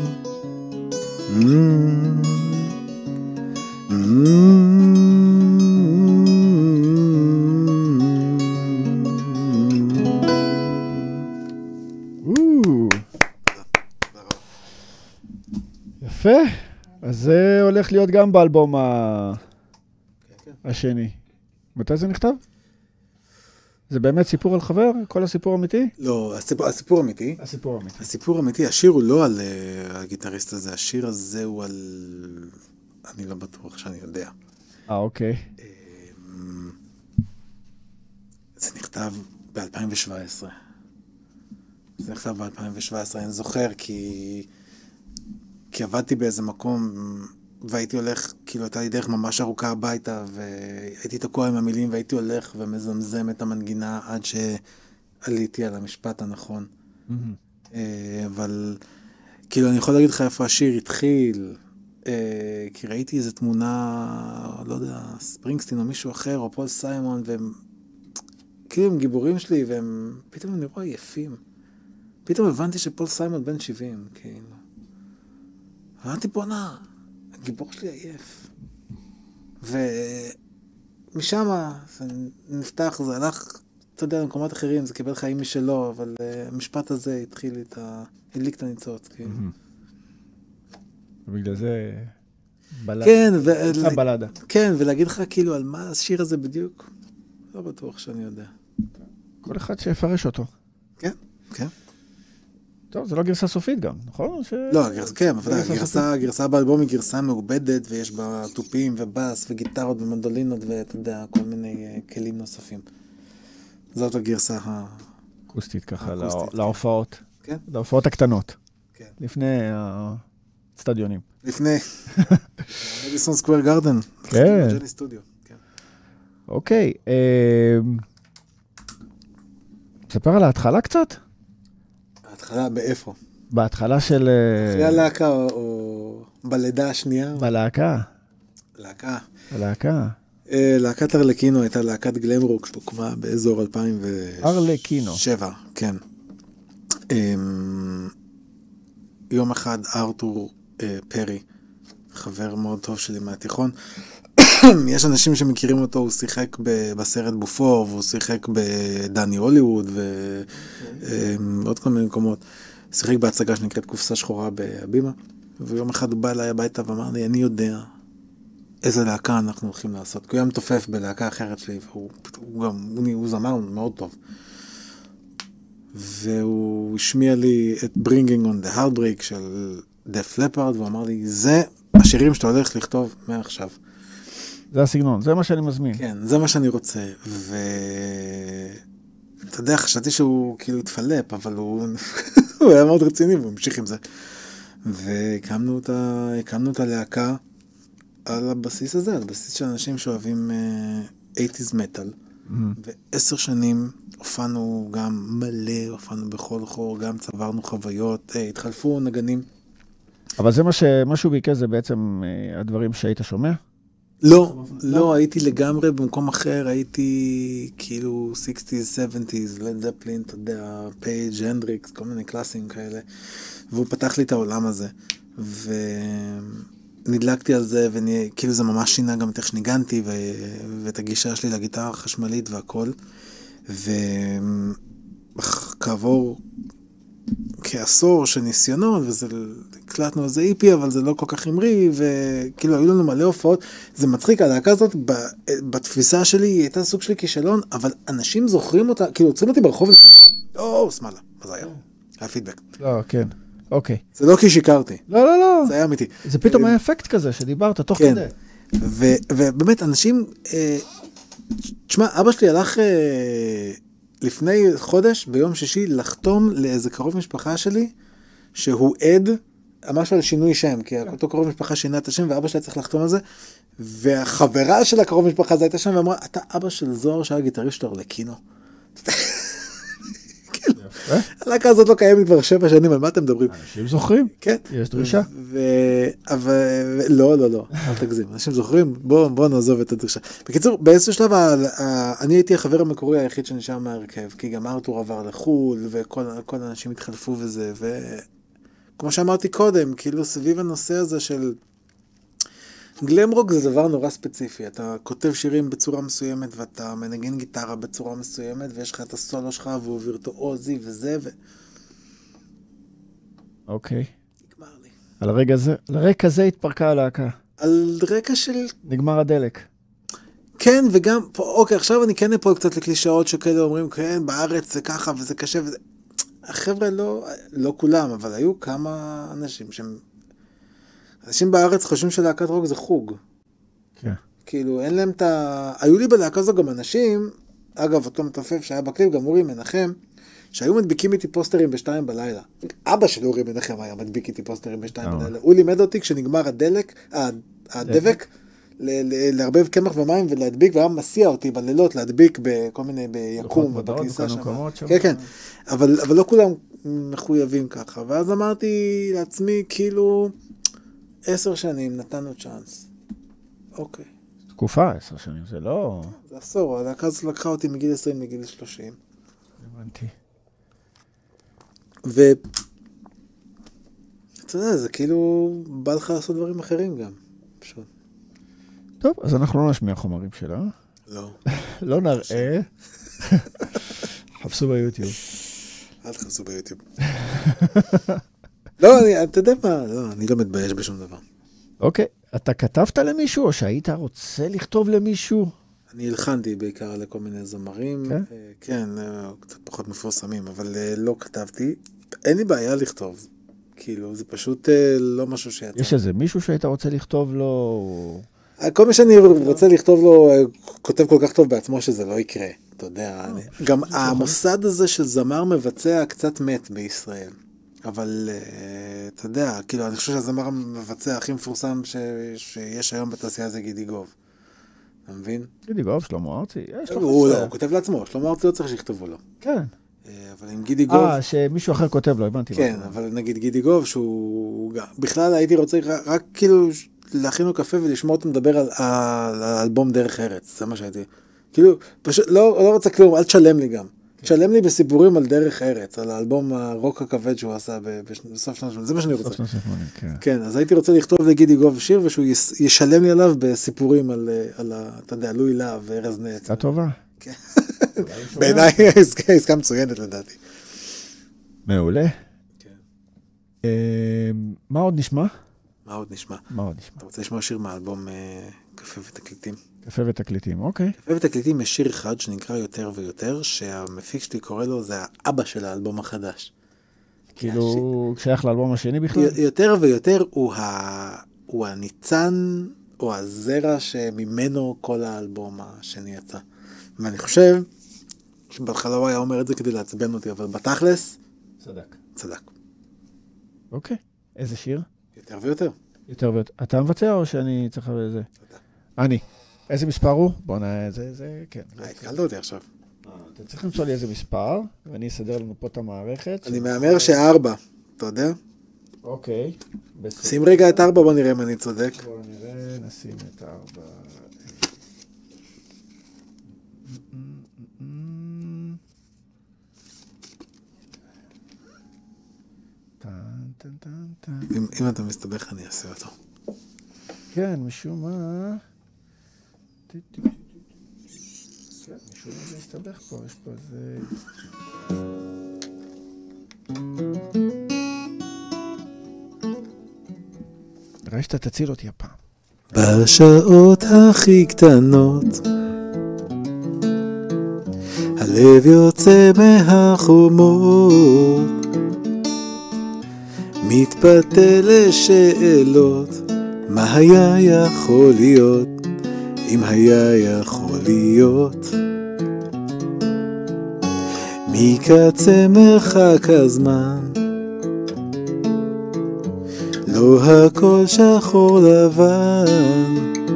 יפה, אז זה הולך להיות גם באלבום השני. מתי זה נכתב? זה באמת סיפור על חבר? כל הסיפור אמיתי? לא, הסיפור אמיתי. הסיפור אמיתי. הסיפור אמיתי, השיר הוא לא על הגיטריסט הזה, השיר הזה הוא על... אני לא בטוח שאני יודע. אוקיי. זה נכתב ב-2017. אני זוכר כי עבדתי באיזה מקום והייתי הולך, כאילו הייתה לי דרך ממש ארוכה הביתה, והייתי תקוע עם המילים והייתי הולך ומזמזם את המנגינה עד שעליתי על המשפט הנכון. אבל כאילו אני יכול להגיד לך איפה השיר התחיל, כי ראיתי איזו תמונה, לא יודע, ספרינגסטין או מישהו אחר, או פול סיימון, והם כאילו הם גיבורים שלי, והם פתאום נראו עייפים. פתאום הבנתי שפול סיימון בן 70, כאילו. הבנתי בונה, הגיבור שלי עייף. ומשם זה נפתח, זה הלך, אתה יודע, למקומות אחרים, זה קיבל חיים משלו, אבל המשפט הזה התחיל הדליק את הניצוץ, כאילו. ובגלל זה בלדה. כן, בלדה. כן, ולהגיד לך כאילו על מה השיר הזה בדיוק, לא בטוח שאני יודע. כל אחד שיפרש אותו. כן, כן. טוב, זה לא גרסה סופית גם, נכון? לא, כן, אבל הגרסה באלבום היא גרסה מעובדת, ויש בה טופים ובאס וגיטרות ומנדולינות, ואתה יודע, כל מיני כלים נוספים. זאת הגרסה אקוסטית ככה, להופעות. כן. להופעות הקטנות. כן. לפני הסטדיונים. לפני. מדיסון סקוואר גארדן. כן. ג'ני סטודיו. אוקיי. תספר על ההתחלה קצת? ההתחלה באיפה? בהתחלה של... אחרי הלהקה או בלידה השנייה? בלהקה. להקה. בלהקה. להקת ארלקינו הייתה להקת גלם רוק שהוקמה באזור 2007. ארלקינו. כן. יום אחד ארתור פרי, חבר מאוד טוב שלי מהתיכון, יש אנשים שמכירים אותו, הוא שיחק בסרט בופור, והוא שיחק בדני הוליווד, ועוד כל מיני מקומות. שיחק בהצגה שנקראת קופסה שחורה בהבימה, ויום אחד הוא בא אליי הביתה ואמר לי, אני יודע איזה להקה אנחנו הולכים לעשות, כי הוא היה מתופף בלהקה אחרת שלי, והוא זמר מאוד טוב. והוא השמיע לי את Bringing on the Heartbreak של דף לפארד, והוא אמר לי, זה השירים שאתה הולך לכתוב מעכשיו. זה הסגנון, זה מה שאני מזמין. כן, זה מה שאני רוצה. אתה יודע, חשבתי שהוא כאילו התפלפ, אבל הוא היה מאוד רציני, והוא המשיך עם זה. והקמנו את הלהקה על הבסיס הזה, על הבסיס של אנשים שאוהבים 80s מטל. ו10 שנים הופענו גם מלא, הופענו בכל חור, גם צברנו חוויות, התחלפו נגנים. אבל זה משהו בעיקר, זה בעצם הדברים שהיית שומע? לא, הייתי לגמרי במקום אחר, הייתי כאילו 60s, 70s, Led Zeppelin, אתה יודע, פייג', הנדריקס, כל מיני קלאסים כאלה, והוא פתח לי את העולם הזה, ונדלקתי על זה, וכאילו זה ממש שינה גם את איך שניגנתי, ואת הגישה שלי לגיטרה החשמלית והכל, וכעבור כעשור של ניסיונות, וזה הקלטנו איזה איפי, אבל זה לא כל כך אמרי, וכאילו היו לנו מלא הופעות. זה מצחיק, הלהקה הזאת, בתפיסה שלי, היא הייתה סוג של כישלון, אבל אנשים זוכרים אותה, כאילו עוצרים אותי ברחוב לפעמים. שמאלה, מה זה היה? היה פידבק. לא, כן, אוקיי. זה לא כי שיקרתי. לא. זה היה אמיתי. זה פתאום היה אפקט כזה, שדיברת תוך כדי. ובאמת, אנשים, תשמע, אבא שלי הלך לפני חודש, ביום שישי, לחתום לאיזה קרוב משפחה שלי, שהוא עד, ממש על שינוי שם, כי אותו קרוב משפחה שינה את השם, ואבא שלי צריך לחתום על זה, והחברה של הקרוב משפחה זה הייתה שם, ואמרה, אתה אבא של זוהר שהיה גיטריסט של ארלקינו. הלהקה הזאת לא קיימת כבר 7 שנים, על מה אתם מדברים? אנשים זוכרים? כן. יש דרישה. לא, אל תגזים. אנשים זוכרים? בואו נעזוב את הדרישה. בקיצור, באיזשהו שלב, אני הייתי החבר המקורי היחיד שנשאר מהרכב, כי גם ארתור עבר לחול, וכל האנשים התחלפו וזה, וכמו שאמרתי קודם, כאילו סביב הנושא הזה של גלם רוק זה דבר נורא ספציפי, אתה כותב שירים בצורה מסוימת, ואתה מנגן גיטרה בצורה מסוימת, ויש לך את הסולו שלך, והוא וירטואוזי וזה, אוקיי. נגמר לי. על הרקע זה התפרקה הלהקה. על רקע של... נגמר הדלק. כן, וגם, אוקיי, עכשיו אני כן פה קצת לקלישאות שכאלה אומרים, כן, בארץ זה ככה וזה קשה וזה... החבר'ה לא כולם, אבל היו כמה אנשים שהם... אנשים בארץ חושבים שלהקת רוק זה חוג. כן. כאילו, אין להם את ה... היו לי בלהקה הזו גם אנשים, אגב, אותו מתופף שהיה בקליפ, גם אורי מנחם, שהיו מדביקים איתי פוסטרים ב2 בלילה. אבא של אורי מנחם היה מדביק איתי פוסטרים ב2 בלילה. הוא לימד אותי כשנגמר הדבק, להרבב קמח ומים ולהדביק, והיה מסיע אותי בלילות להדביק בכל מיני, ביקום ובכניסה שם. כן, כן. אבל לא כולם מחויבים ככה. ואז אמרתי לעצמי, כאילו, 10 שנים נתנו צ'אנס. אוקיי. תקופה, 10 שנים, זה לא... זה עשור, הלהקה הזאת לקחה אותי מגיל 20 לגיל 30. הבנתי. אתה יודע, זה כאילו בא לך לעשות דברים אחרים גם. פשוט. טוב, אז אנחנו לא נשמיע חומרים שלה. לא. לא נראה. חפשו ביוטיוב. אל תחפשו ביוטיוב. לא, אתה יודע מה, לא, אני לא מתבייש בשום דבר. אוקיי, אתה כתבת למישהו או שהיית רוצה לכתוב למישהו? אני הלחנתי בעיקר לכל מיני זמרים, כן, קצת פחות מפורסמים, אבל לא כתבתי. אין לי בעיה לכתוב, כאילו, זה פשוט לא משהו שיצא. יש איזה מישהו שהיית רוצה לכתוב לו? כל מי שאני רוצה לכתוב לו, כותב כל כך טוב בעצמו שזה לא יקרה, אתה יודע. גם המוסד הזה של זמר מבצע קצת מת בישראל. אבל אתה יודע, כאילו, אני חושב שהזמר המבצע הכי מפורסם שיש היום בתעשייה זה גידי גוב. אתה מבין? גידי גוב, שלמה ארצי, יש לו הוא לא, הוא כותב לעצמו, שלמה ארצי לא צריך שיכתבו לו. כן. אבל עם גידי גוב... שמישהו אחר כותב לו, הבנתי. כן, אבל נגיד גידי גוב, שהוא... בכלל הייתי רוצה רק כאילו להכין לו קפה ולשמוע אותו מדבר על האלבום דרך ארץ, זה מה שהייתי. כאילו, פשוט לא רוצה כלום, אל תשלם לי גם. תשלם לי בסיפורים על דרך ארץ, על האלבום הרוק הכבד שהוא עשה בסוף שנות ה-80, זה מה שאני רוצה. כן, אז הייתי רוצה לכתוב לגידי גוב שיר, ושהוא ישלם לי עליו בסיפורים על, אתה יודע, לואי להב וארז נץ. עסקה טובה. כן. בעיניי עסקה מצוינת לדעתי. מעולה. מה עוד נשמע? מה עוד נשמע? אתה רוצה לשמוע שיר מהאלבום קפה ותקליטים? קפה ותקליטים, אוקיי. קפה ותקליטים יש שיר אחד שנקרא יותר ויותר, שהמפיק שלי קורא לו, זה האבא של האלבום החדש. כאילו, שייך לאלבום השני בכלל? יותר ויותר הוא הניצן, או הזרע שממנו כל האלבום השני יצא. ואני חושב, שבהתחלה הוא היה אומר את זה כדי לעצבן אותי, אבל בתכלס, צדק. אוקיי. איזה שיר? יותר ויותר. יותר ויותר. אתה מבצע או שאני צריך לזה? אני. איזה מספר הוא? בוא נראה, זה, כן. התקלת אותי עכשיו. אתה צריך למצוא לי איזה מספר, ואני אסדר לנו פה את המערכת. אני מאמר ש4, אתה יודע? אוקיי. שים רגע את 4, בוא נראה אם אני צודק. בוא נראה, נשים את 4. אם אתה מסתבך אני אעשה אותו. כן, משום מה... כן, משום מה זה מסתבך פה, יש פה איזה... נראה שאתה תציל אותי הפעם. בשעות הכי קטנות הלב יוצא מהחומות, מתפתה לשאלות, מה היה יכול להיות, אם היה יכול להיות. מקצה מרחק הזמן, לא הכל שחור לבן,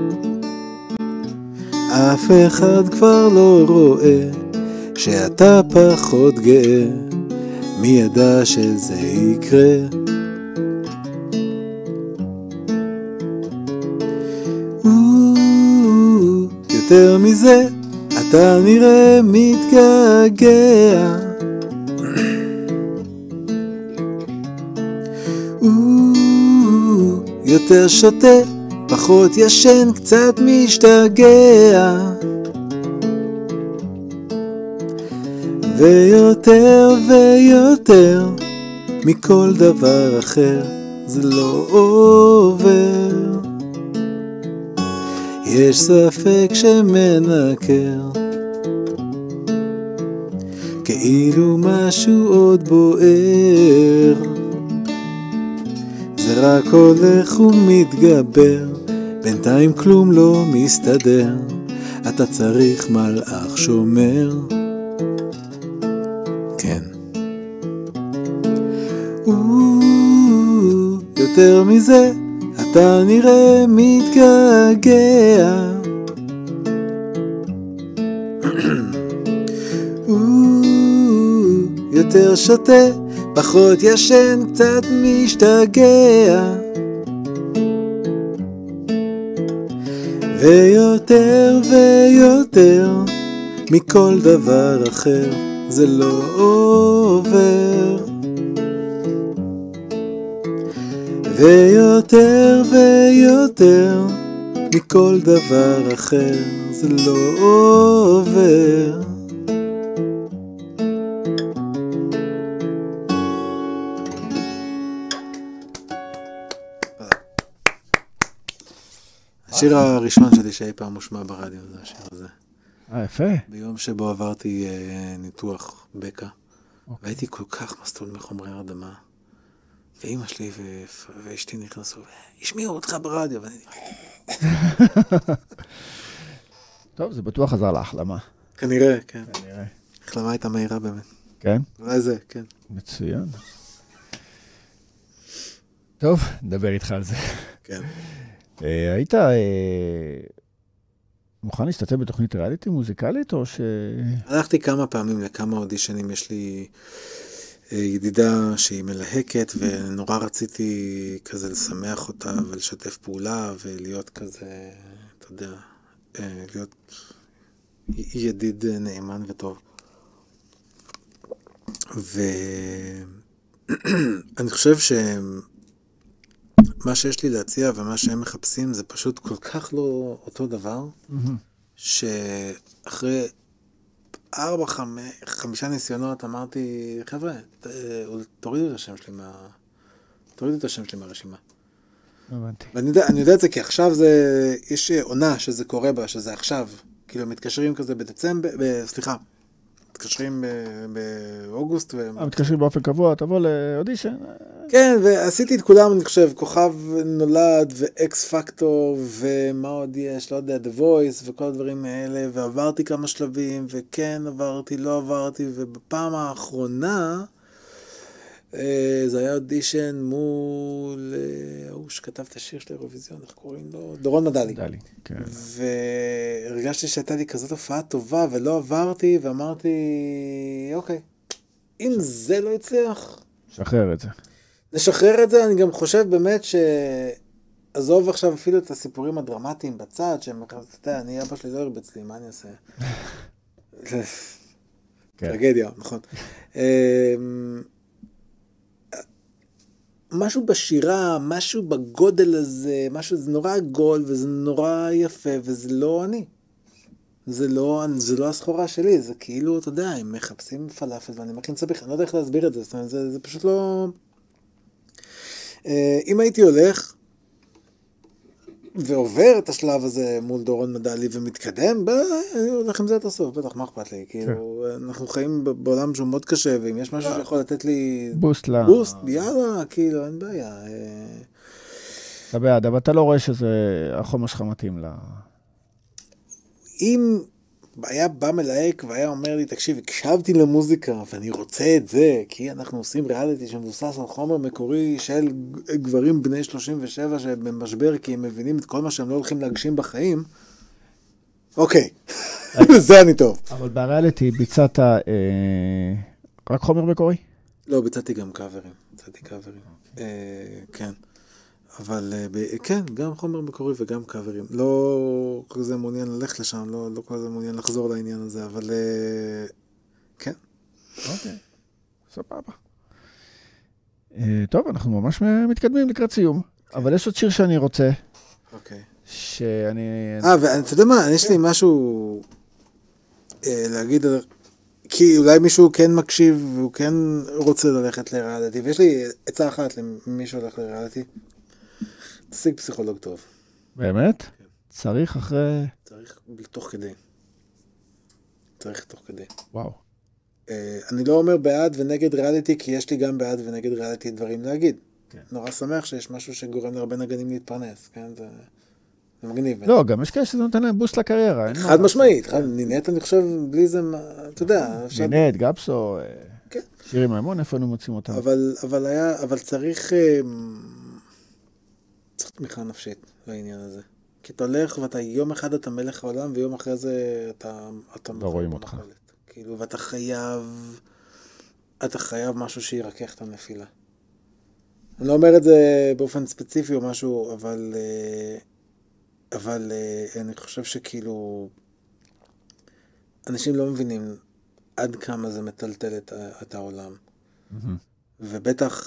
אף אחד כבר לא רואה שאתה פחות גאה, מי ידע שזה יקרה. יותר מזה, אתה נראה מתגעגע. יותר שותה, פחות ישן, קצת משתגע. ויותר ויותר, מכל דבר אחר, זה לא עובר. יש ספק שמנקר, כאילו משהו עוד בוער. זה רק הולך ומתגבר, בינתיים כלום לא מסתדר. אתה צריך מלאך שומר. כן. יותר מזה, אתה נראה מתגעגע. יותר שותה, פחות ישן, קצת משתגע. ויותר ויותר, מכל דבר אחר, זה לא עובר. ויותר ויותר, מכל דבר אחר, זה לא עובר. השיר הראשון שלי שאי פעם מושמע ברדיו, זה השיר הזה. יפה. ביום שבו עברתי ניתוח בקע, והייתי כל כך מסטול מחומרי הרדמה, ואמא שלי ואשתי נכנסו, השמיעו אותך ברדיו, ואני... טוב, זה בטוח עזר להחלמה. כנראה, כן. החלמה הייתה מהירה באמת. כן? אולי זה, כן. מצוין. טוב, נדבר איתך על זה. כן. היית מוכן להשתתף בתוכנית ריאליטי מוזיקלית, או ש... הלכתי כמה פעמים לכמה אודישנים, יש לי ידידה שהיא מלהקת, ונורא רציתי כזה לשמח אותה ולשתף פעולה, ולהיות כזה, אתה יודע, להיות ידיד נאמן וטוב. ואני חושב מה שיש לי להציע ומה שהם מחפשים זה פשוט כל כך לא אותו דבר, שאחרי 4-5 ניסיונות אמרתי, חבר'ה, תורידו את השם שלי מהרשימה. הבנתי. ואני יודע את זה כי עכשיו יש עונה שזה קורה בה, שזה עכשיו, כאילו מתקשרים כזה מתקשרים באוגוסט. מתקשרים באופן קבוע, תבוא לאודישן. כן, ועשיתי את כולם, אני חושב, כוכב נולד ואקס פקטור, ומה עוד יש, לא יודע, The Voice וכל הדברים האלה, ועברתי כמה שלבים, וכן עברתי, לא עברתי, ובפעם האחרונה, זה היה אודישן מול, הוא שכתב את השיר של האירוויזיון, איך קוראים לו? דורון מדלי. כן. והרגשתי שהייתה לי כזאת הופעה טובה, ולא עברתי, ואמרתי, אוקיי, אם זה לא הצליח... שחרר את זה. נשחרר את זה, אני גם חושב באמת עזוב עכשיו אפילו את הסיפורים הדרמטיים בצד, שהם, אתה יודע, אבא שלי לא הרבץ לי, מה אני אעשה? טרגדיה, נכון. משהו בשירה, משהו בגודל הזה, משהו, זה נורא עגול, וזה נורא יפה, וזה לא אני. זה לא הסחורה שלי, זה כאילו, אתה יודע, הם מחפשים פלאפל, ואני מכין סביך, אני לא יודע איך להסביר את זה, זאת אומרת, זה פשוט לא... אם הייתי הולך, ועובר את השלב הזה מול דורון מדלי ומתקדם, אני הולך עם זה את הסוף, בטח, מה אכפת לי? כאילו, אנחנו חיים בעולם שהוא מאוד קשה, ואם יש משהו שיכול לתת לי... בוסט, יאללה, כאילו, אין בעיה. אתה בעד, אבל אתה לא רואה שזה החומר שלך מתאים לה... אם היה בא מלהק והיה אומר לי, תקשיב, הקשבתי למוזיקה ואני רוצה את זה, כי אנחנו עושים ריאליטי שמבוסס על חומר מקורי של גברים בני 37 שבמשבר, כי הם מבינים את כל מה שהם לא הולכים להגשים בחיים. אוקיי, זה אני טוב. אבל בריאליטי ביצעת רק חומר מקורי? לא, ביצעתי גם קאברים. כן. אבל כן, גם חומר מקורי וגם קאברים. לא כזה מעוניין ללכת לשם, לא כזה מעוניין לחזור לעניין הזה, אבל כן. אוקיי, סבבה. טוב, אנחנו ממש מתקדמים לקראת סיום, אבל יש עוד שיר שאני רוצה. אוקיי. ואתה יודע מה, יש לי משהו להגיד, כי אולי מישהו כן מקשיב והוא כן רוצה ללכת לריאליטי, ויש לי עצה אחת למי שהולך לריאליטי. תשיג פסיכולוג טוב. באמת? כן. צריך תוך כדי. וואו. אני לא אומר בעד ונגד ריאליטי, כי יש לי גם בעד ונגד ריאליטי דברים להגיד. כן. נורא שמח שיש משהו שגורם להרבה נגנים להתפרנס, כן? זה מגניב. לא, גם יש כאלה שזה נותן להם בוסט לקריירה. חד משמעית. נינט, אני חושב, בלי זה, אתה יודע. נינט, גפסו, שירים מימון, איפה אנו מוצאים אותם? אבל צריך תמיכה נפשית לעניין הזה. כי אתה הולך ואתה יום אחד אתה מלך העולם, ויום אחרי זה אתה לא רואים אותך. כאילו, ואתה חייב משהו שירקח את הנפילה. אני לא אומר את זה באופן ספציפי או משהו, אבל אני חושב שכאילו אנשים לא מבינים עד כמה זה מטלטל את העולם. ובטח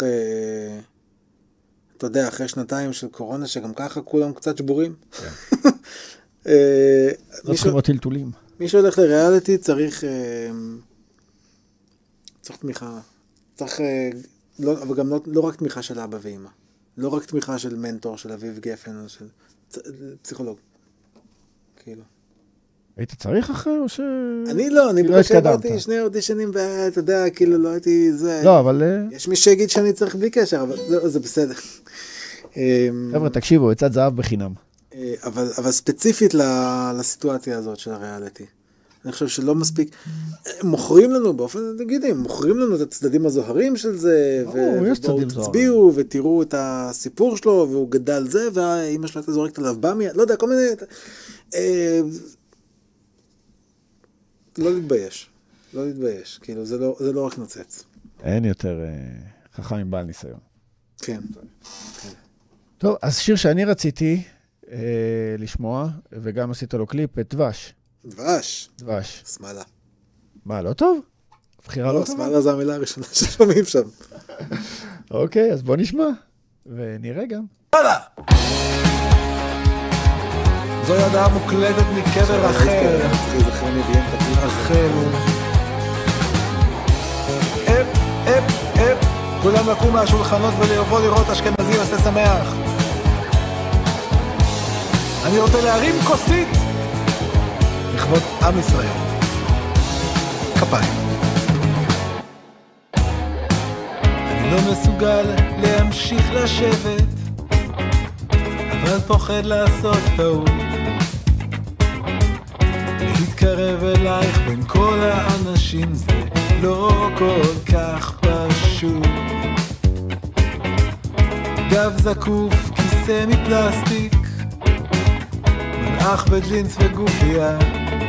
אתה יודע, אחרי שנתיים של קורונה, שגם ככה כולם קצת שבורים. לא צריכים עוד טלטולים. מי שהולך לריאליטי צריך תמיכה. אבל גם לא רק תמיכה של אבא ואמא. לא רק תמיכה של מנטור, של אביב גפן, או של פסיכולוג. כאילו. היית צריך אחרי או ש... אני לא, אני בגלל שעברתי 2 אודישנים, ואתה יודע, כאילו לא הייתי זה... לא, אבל... יש מי שיגיד שאני צריך בלי קשר, אבל זה בסדר. חבר'ה, תקשיבו, יצאת זהב בחינם. אבל ספציפית לסיטואציה הזאת של הריאליטי. אני חושב שלא מספיק, מוכרים לנו באופן, תגידי, מוכרים לנו את הצדדים הזוהרים של זה, ובואו תצביעו ותראו את הסיפור שלו, והוא גדל זה, והאמא שלו הייתה זורקת עליו במיה, לא יודע, כל מיני, לא להתבייש, לא להתבייש, כאילו זה לא רק נוצץ. אין יותר חכם עם בעל ניסיון. כן. טוב, אז שיר שאני רציתי לשמוע, וגם עשית לו קליפ, את דבש. דבש? דבש. שמאלה. מה, לא טוב? הבחירה לא טובה? שמאלה זה המילה הראשונה ששומעים שם. אוקיי, אז בוא נשמע, ונראה גם. הלאה! זו ידעה מוקלדת מקבר רחל. רחל. אפ. כולם לקום מהשולחנות ולבוא לראות אשכנזי עושה שמח. אני רוצה להרים כוסית לכבוד עם ישראל. כפיים. אני לא מסוגל להמשיך לשבת, אבל פוחד לעשות טעות, להתקרב אלייך בין כל האנשים זה לא כל כך פשוט. גב זקוף, כיסא מפלסטיק, מלאך בג'ינס וגופיה,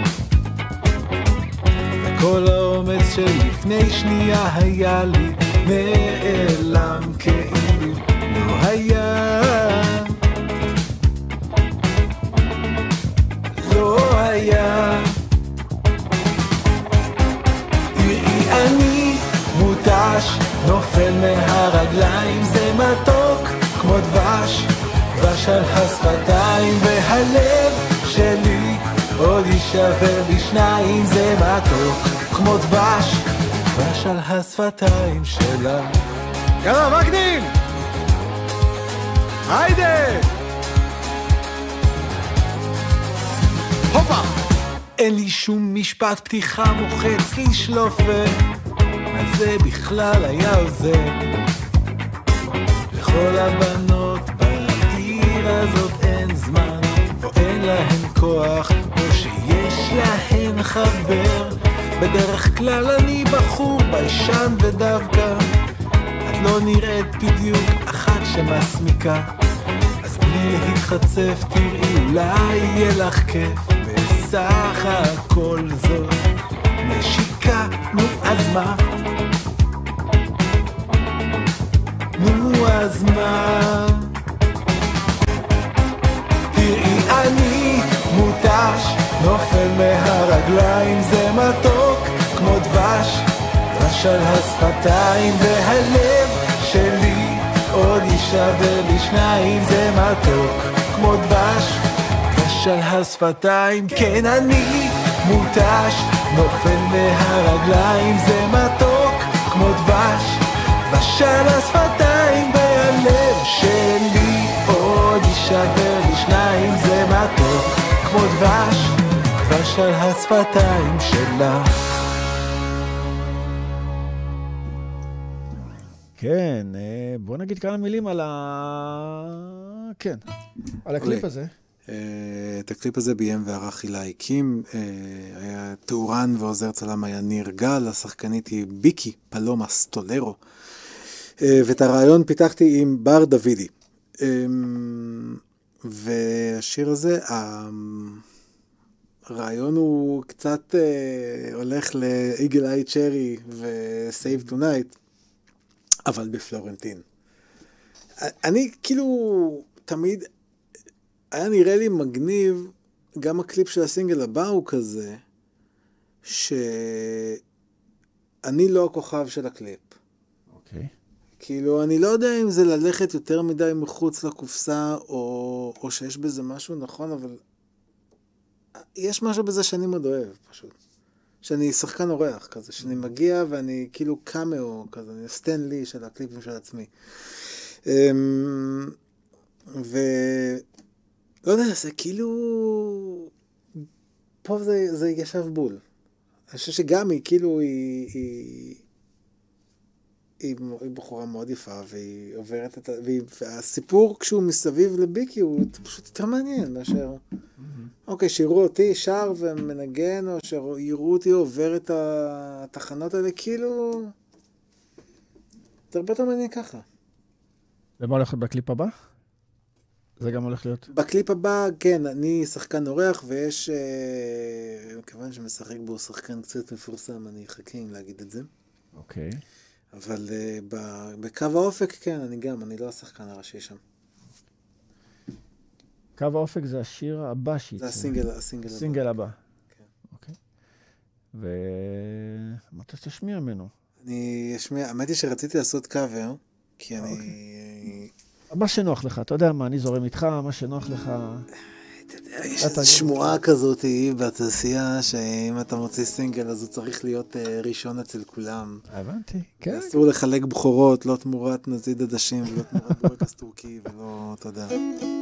וכל האומץ שלפני שנייה היה לי נעלם כאילו לא היה. לא היה. תראי אני מותש נופל מהרגליים, זה מתוק כמו דבש, דבש על השפתיים, והלב שלי עוד יישבר בשניים, זה מתוק כמו דבש, דבש על השפתיים שלה. יאללה מגניב, היידה, הופה. אין לי שום משפט פתיחה מוחץ לשלוף, ומה זה בכלל היה עוזר לכל הבנות בעיר הזאת? אין זמן או אין להן כוח, או שיש להן חבר. בדרך כלל אני בחור ביישן ודווקא את לא נראית בדיוק אחת שמסמיקה, אז בלי להתחצף תראי אולי יהיה לך כיף. בסך הכל זאת נשיקה, נו אז מה? נו אז מה? תראי אני מותש נופל מהרגליים, זה מתוק כמו דבש, דבש על השפתיים, והלב שלי עוד יישבר לשניים, זה מתוק כמו דבש, דבש על השפתיים. כן אני מותש נופל מהרגליים, זה מתוק כמו דבש, דבש על השפתיים, והלב שלי עוד יישבר לשניים, זה מתוק כמו דבש, דבש על השפתיים שלך. כן, בוא נגיד כמה מילים על כן, על הקליפ הזה. את הקליפ הזה ביים וערך הילה הקים, היה תאורן ועוזר צלם היה ניר גל, השחקנית היא ביקי פלומה סטולרו, ואת הרעיון פיתחתי עם בר דוידי. והשיר הזה, הרעיון הוא קצת הולך לאיגל איי צ'רי וסייב טונייט, אבל בפלורנטין. אני כאילו תמיד, היה נראה לי מגניב, גם הקליפ של הסינגל הבא הוא כזה, שאני לא הכוכב של הקליפ. אוקיי. כאילו, אני לא יודע אם זה ללכת יותר מדי מחוץ לקופסה, או שיש בזה משהו נכון, אבל יש משהו בזה שאני מאוד אוהב, פשוט. שאני שחקן אורח כזה, שאני מגיע ואני כאילו קאמאו כזה, אני סטן לי של הקליפים של עצמי. לא יודע, זה כאילו, פה זה ישב בול. אני חושב שגם היא כאילו, היא בחורה מאוד יפה, והיא עוברת והסיפור כשהוא מסביב לביקי הוא פשוט יותר מעניין מאשר אוקיי, שיראו אותי שר ומנגן, או שיראו אותי עובר את התחנות האלה, כאילו... זה הרבה יותר מעניין ככה. ומה הולך בקליפ הבא? זה גם הולך להיות? בקליפ הבא, כן, אני שחקן אורח, ויש... כיוון שמשחק בו שחקן קצת מפורסם, אני אחכה אם להגיד את זה. אוקיי. אבל בקו האופק, כן, אני לא השחקן הראשי שם. קו האופק זה השיר הבא שיצא. זה הסינגל הבא. כן. אוקיי. ומה אתה תשמיע ממנו? אני אשמיע, האמת היא שרציתי לעשות קאבר, כי אני... מה שנוח לך, אתה יודע מה, אני זורם איתך, מה שנוח לך. אתה יודע, יש איזו שמועה כזאת בתעשייה, שאם אתה מוציא סינגל, אז הוא צריך להיות ראשון אצל כולם. הבנתי, כן. אסור לחלק בחורות, לא תמורת נזיד עדשים, ולא תמורת בורקס טורקי, ולא, אתה יודע.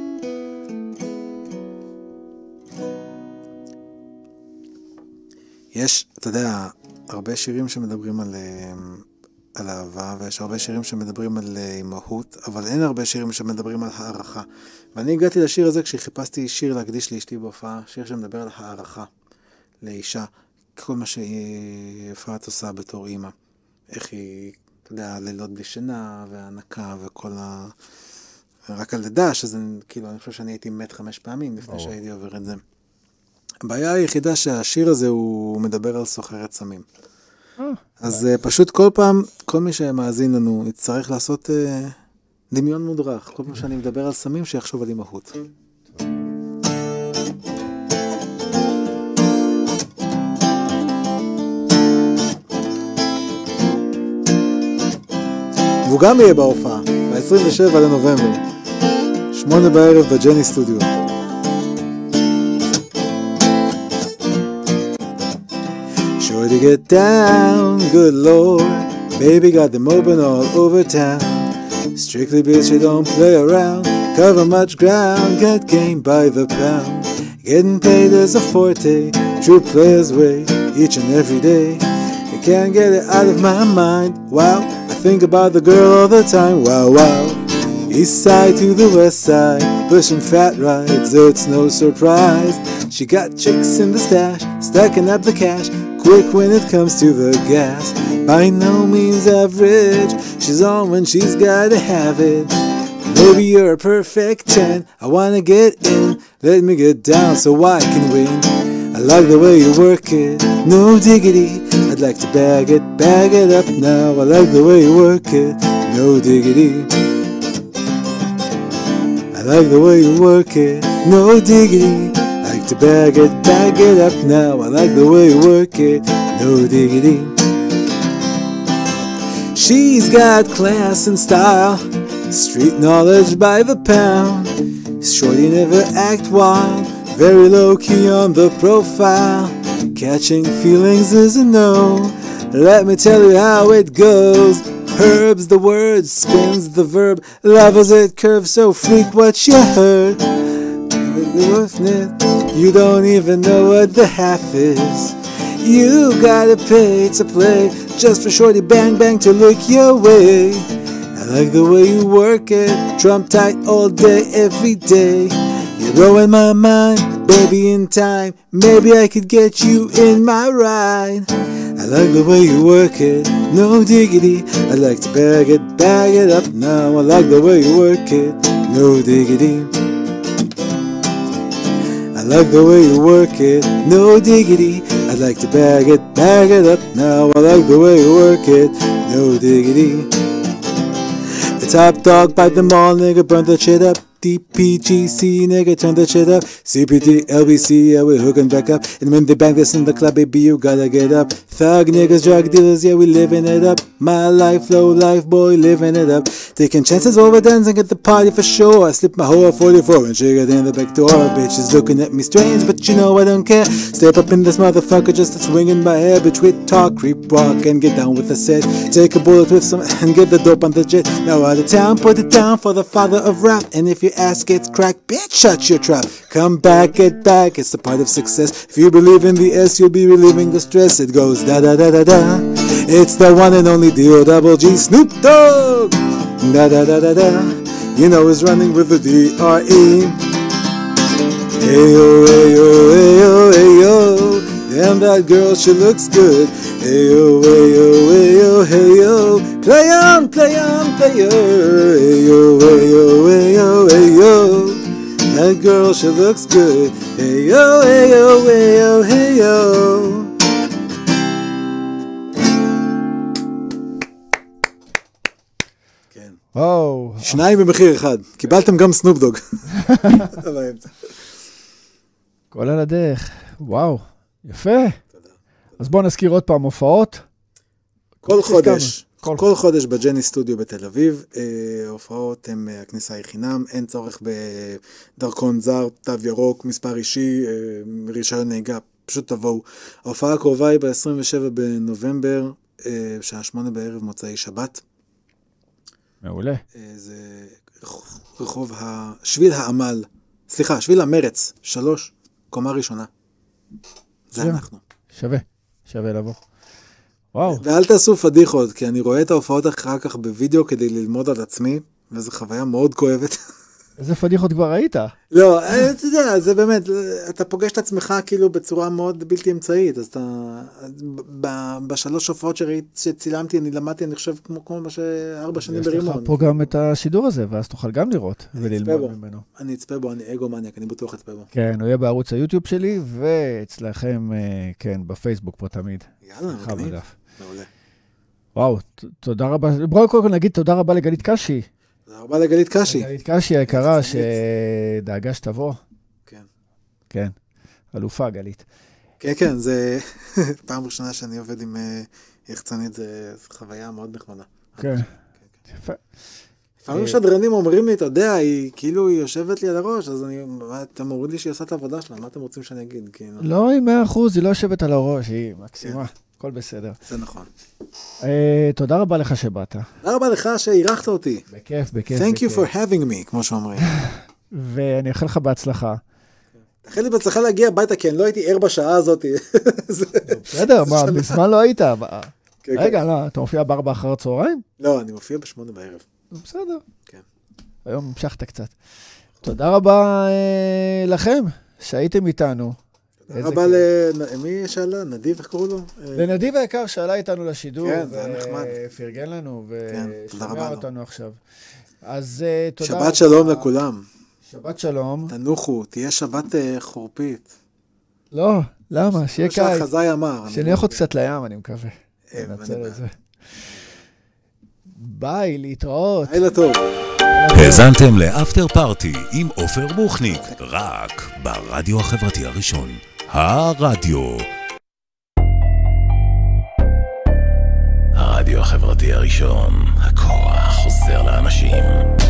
יש, אתה יודע, הרבה שירים שמדברים על אהבה, ויש הרבה שירים שמדברים על אימהות, אבל אין הרבה שירים שמדברים על הערכה. ואני הגעתי לשיר הזה כשחיפשתי שיר להקדיש לאשתי בהופעה, שיר שמדבר על הערכה לאישה, כל מה שיפעת עושה בתור אימא. איך היא, אתה יודע, לילות בלי שינה, והענקה, וכל ה... רק על לידה, שזה, כאילו, אני חושב שאני הייתי מת 5 פעמים לפני שהייתי עובר את זה. הבעיה היחידה שהשיר הזה הוא מדבר על סוחרת סמים. אז פשוט כל פעם, כל מי שמאזין לנו יצטרך לעשות דמיון מודרך. כל פעם שאני מדבר על סמים שיחשוב על אימהות. והוא גם יהיה בהופעה, ב-27 לנובמבר, 8 בערב בג'ני סטודיו. Sure to get down, good lord. Baby got them open all over town. Strictly bitch, you don't play around. Cover much ground, get game by the pound. Getting paid is a forte, true player's way, each and every day. I can't get it out of my mind. Wow, I think about the girl all the time. Wow, wow. East side to the west side, pushing fat rides, so it's no surprise. She got chicks in the stash, stacking up the cash. Quick when it comes to the gas, by no means average. She's on when she's gotta have it. Maybe you're a perfect 10. I wanna get in, let me get down so I can win. I like the way you work it, no diggity. I'd like to bag it up now. I like the way you work it, no diggity. I like the way you work it, no diggity. To bag it up now. I like the way you work it, no diggity. She's got class and style, street knowledge by the pound. Shorty never act wild, very low key on the profile. Catching feelings is a no. Let me tell you how it goes. Herbs the word, spins the verb, levels it curves, so freak what you heard. You don't even know what the half is. You gotta pay to play, just for shorty bang bang to look your way. I like the way you work it, trump tight all day, every day. You're blowing my mind, baby in time, maybe I could get you in my ride. I like the way you work it, no diggity. I'd like to bag it up now. I like the way you work it, no diggity. I like the way you work it, no diggity. I'd like to bag it up now. I like the way you work it, no diggity. The top dog bite them all, nigga, burn the shit up. DPGC, nigga, turn the shit up. CPT, LBC, yeah, we're hooking back up. And when they bang this in the club, baby, you gotta get up. Thug niggas, drug dealers, yeah, we living it up. My life, low life, boy, living it up. Taking chances over dancing at the party for sure. I slipped my hoe at 44 and she got in the back door. Bitches looking at me strange, but you know I don't care. Step up in this motherfucker just to swing in my hair. Bitch, with talk, creep, walk, and get down with the set. Take a bullet with some and get the dope on the jet. Now out of town, put it down for the father of rap. And if your ass gets cracked, bitch, shut your trap. Come back, get back, it's the part of success. If you believe in the S, you'll be relieving the stress. It goes da da da da da. It's the one and only D-O-double-G, Snoop Dogg. Da da da da da. You know he's running with the D-R-E. Ayo, ayo, on that girl, she looks good. Hey yo, hey yo, hey yo, hey yo. Play on, play on, play yo. Hey yo, hey yo, hey yo, hey yo. That girl, she looks good. Hey yo, hey yo, hey yo, hey yo. כן. וואו. שניים במחיר אחד. קיבלתם גם סנופ דוג. כל על הדרך. וואו. יפה. אז בואו נזכיר עוד פעם הופעות. כל חודש. כל חודש בג'ני סטודיו בתל אביב, הופעות הם, הכניסה היא חינם, אין צורך בדרכון זר, תו ירוק, מספר אישי, רישיון נהיגה, פשוט תבואו. ההופעה הקרובה היא ב-27 בנובמבר, שעה 8 בערב מוצאי שבת. מעולה. זה רחוב שביל העמל, סליחה, שביל המרץ, 3, קומה ראשונה. זה אנחנו. שווה לבוא. וואו. ואל תעשו פדיחות, כי אני רואה את ההופעות אחר כך בווידאו כדי ללמוד על עצמי, וזו חוויה מאוד כואבת. איזה פדיחות כבר ראית? לא, אתה יודע, זה באמת, אתה פוגש את עצמך כאילו בצורה מאוד בלתי אמצעית, אז אתה, בשלוש הופעות שצילמתי, אני למדתי, אני חושב, כמו מה ש4 שנים ברימון. יש לך פה גם את השידור הזה, ואז תוכל גם לראות וללמוד ממנו. אני אצפה בו, אני אגומניאק, אני בטוח אצפה בו. כן, הוא יהיה בערוץ היוטיוב שלי, ואצלכם, כן, בפייסבוק פה תמיד. יאללה, מגניב. מעולה. וואו, תודה רבה. בואו קודם כל נגיד תודה רבה לגלית קשי. תודה רבה לגלית קשי. גלית קשי היקרה שדאגה שתבוא. כן. כן, אלופה גלית. כן, כן, זה פעם ראשונה שאני עובד עם יחצנית, זה חוויה מאוד נחמדה. כן, יפה. לפעמים שדרנים אומרים לי, אתה יודע, היא כאילו היא יושבת לי על הראש, אז אתם אומרים לי שהיא עושה את העבודה שלה, מה אתם רוצים שאני אגיד? לא, היא 100%, היא לא יושבת על הראש, היא מקסימה. הכל בסדר. זה נכון. תודה רבה לך שבאת. תודה רבה לך שאירחת אותי. בכיף, בכיף. Thank you for having me, כמו שאומרים. ואני אאחל לך בהצלחה. תאחל לי בהצלחה להגיע הביתה, כי אני לא הייתי ער בשעה הזאת. בסדר, מה, בזמן לא היית? רגע, לא, אתה מופיע ב4 אחר הצהריים? לא, אני מופיע ב8 בערב. בסדר. כן. היום המשכת קצת. תודה רבה לכם שהייתם איתנו. תודה רבה למי שאלה? נדיב, איך קראו לו? לנדיב היקר שאלה איתנו לשידור. כן, זה היה נחמד. ופרגן לנו, ושומע אותנו עכשיו. אז תודה. שבת שלום לכולם. שבת שלום. תנוחו, תהיה שבת חורפית. לא, למה? שיהיה קיץ. שהחזאי אמר. שנלך עוד קצת לים, אני מקווה. ננצל את זה. ביי, להתראות. לילה טוב. האזנתם לאפטר פארטי עם עופר בוכניק, רק ברדיו החברתי הראשון. הרדיו. הרדיו החברתי הראשון, הכוח חוזר לאנשים.